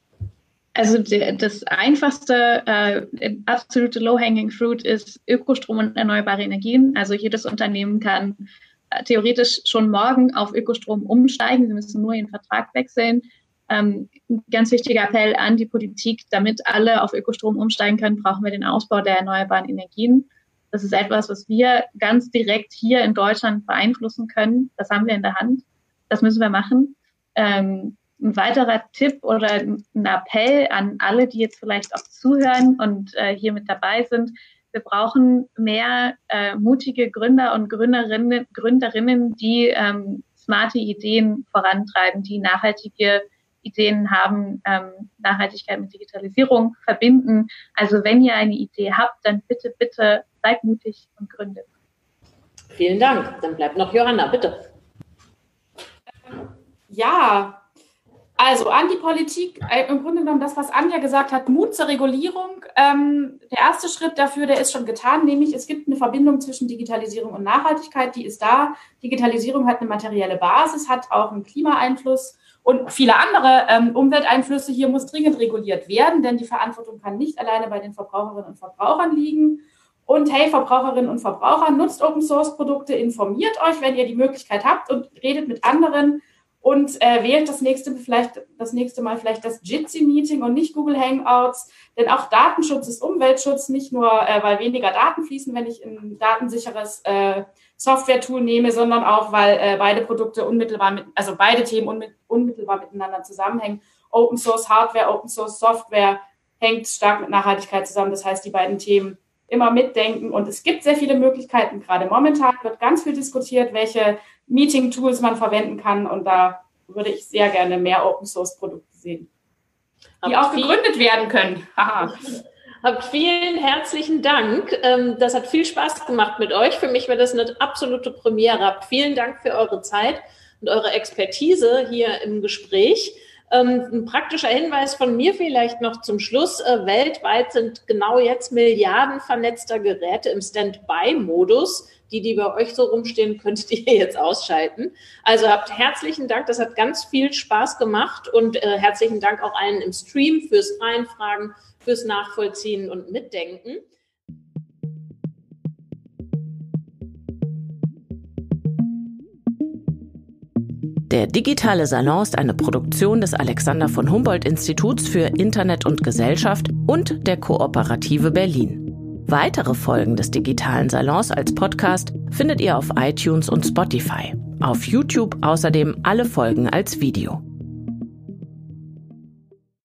Also der, das einfachste, äh, absolute Low-Hanging Fruit ist Ökostrom und erneuerbare Energien. Also jedes Unternehmen kann äh, theoretisch schon morgen auf Ökostrom umsteigen. Sie müssen nur ihren Vertrag wechseln. Ähm, ein ganz wichtiger Appell an die Politik, damit alle auf Ökostrom umsteigen können, brauchen wir den Ausbau der erneuerbaren Energien. Das ist etwas, was wir ganz direkt hier in Deutschland beeinflussen können. Das haben wir in der Hand. Das müssen wir machen. Ähm, ein weiterer Tipp oder ein Appell an alle, die jetzt vielleicht auch zuhören und äh, hier mit dabei sind. Wir brauchen mehr äh, mutige Gründer und Gründerinnen, Gründerinnen, die ähm, smarte Ideen vorantreiben, die nachhaltige Ideen haben, ähm, Nachhaltigkeit mit Digitalisierung verbinden. Also wenn ihr eine Idee habt, dann bitte, bitte seid mutig und gründet. Vielen Dank. Dann bleibt noch Johanna, bitte. Ja, also an die Politik, äh, im Grunde genommen das, was Anja gesagt hat, Mut zur Regulierung. Ähm, der erste Schritt dafür, der ist schon getan, nämlich es gibt eine Verbindung zwischen Digitalisierung und Nachhaltigkeit, die ist da. Digitalisierung hat eine materielle Basis, hat auch einen Klimaeinfluss und viele andere ähm, Umwelteinflüsse. Hier muss dringend reguliert werden, denn die Verantwortung kann nicht alleine bei den Verbraucherinnen und Verbrauchern liegen. Und hey, Verbraucherinnen und Verbraucher, nutzt Open-Source-Produkte, informiert euch, wenn ihr die Möglichkeit habt und redet mit anderen und äh, wählt das nächste, vielleicht, das nächste Mal vielleicht das Jitsi-Meeting und nicht Google Hangouts. Denn auch Datenschutz ist Umweltschutz, nicht nur, äh, weil weniger Daten fließen, wenn ich ein datensicheres äh, Software-Tool nehme, sondern auch, weil äh, beide Produkte unmittelbar mit, also beide Themen unmi- unmittelbar miteinander zusammenhängen. Open Source Hardware, Open Source Software hängt stark mit Nachhaltigkeit zusammen. Das heißt, die beiden Themen immer mitdenken. Und es gibt sehr viele Möglichkeiten. Gerade momentan wird ganz viel diskutiert, welche Meeting-Tools man verwenden kann. Und da würde ich sehr gerne mehr Open Source Produkte sehen, die auch gegründet werden können. Haha. Habt vielen herzlichen Dank. Das hat viel Spaß gemacht mit euch. Für mich war das eine absolute Premiere. Habt vielen Dank für eure Zeit und eure Expertise hier im Gespräch. Ein praktischer Hinweis von mir vielleicht noch zum Schluss. Weltweit sind genau jetzt Milliarden vernetzter Geräte im Standby-Modus. Die, die bei euch so rumstehen, könntet ihr jetzt ausschalten. Also habt herzlichen Dank. Das hat ganz viel Spaß gemacht. Und äh, herzlichen Dank auch allen im Stream fürs Reinfragen, fürs Nachvollziehen und Mitdenken. Der digitale Salon ist eine Produktion des Alexander von Humboldt-Instituts für Internet und Gesellschaft und der Kooperative Berlin. Weitere Folgen des digitalen Salons als Podcast findet ihr auf iTunes und Spotify. Auf YouTube außerdem alle Folgen als Video.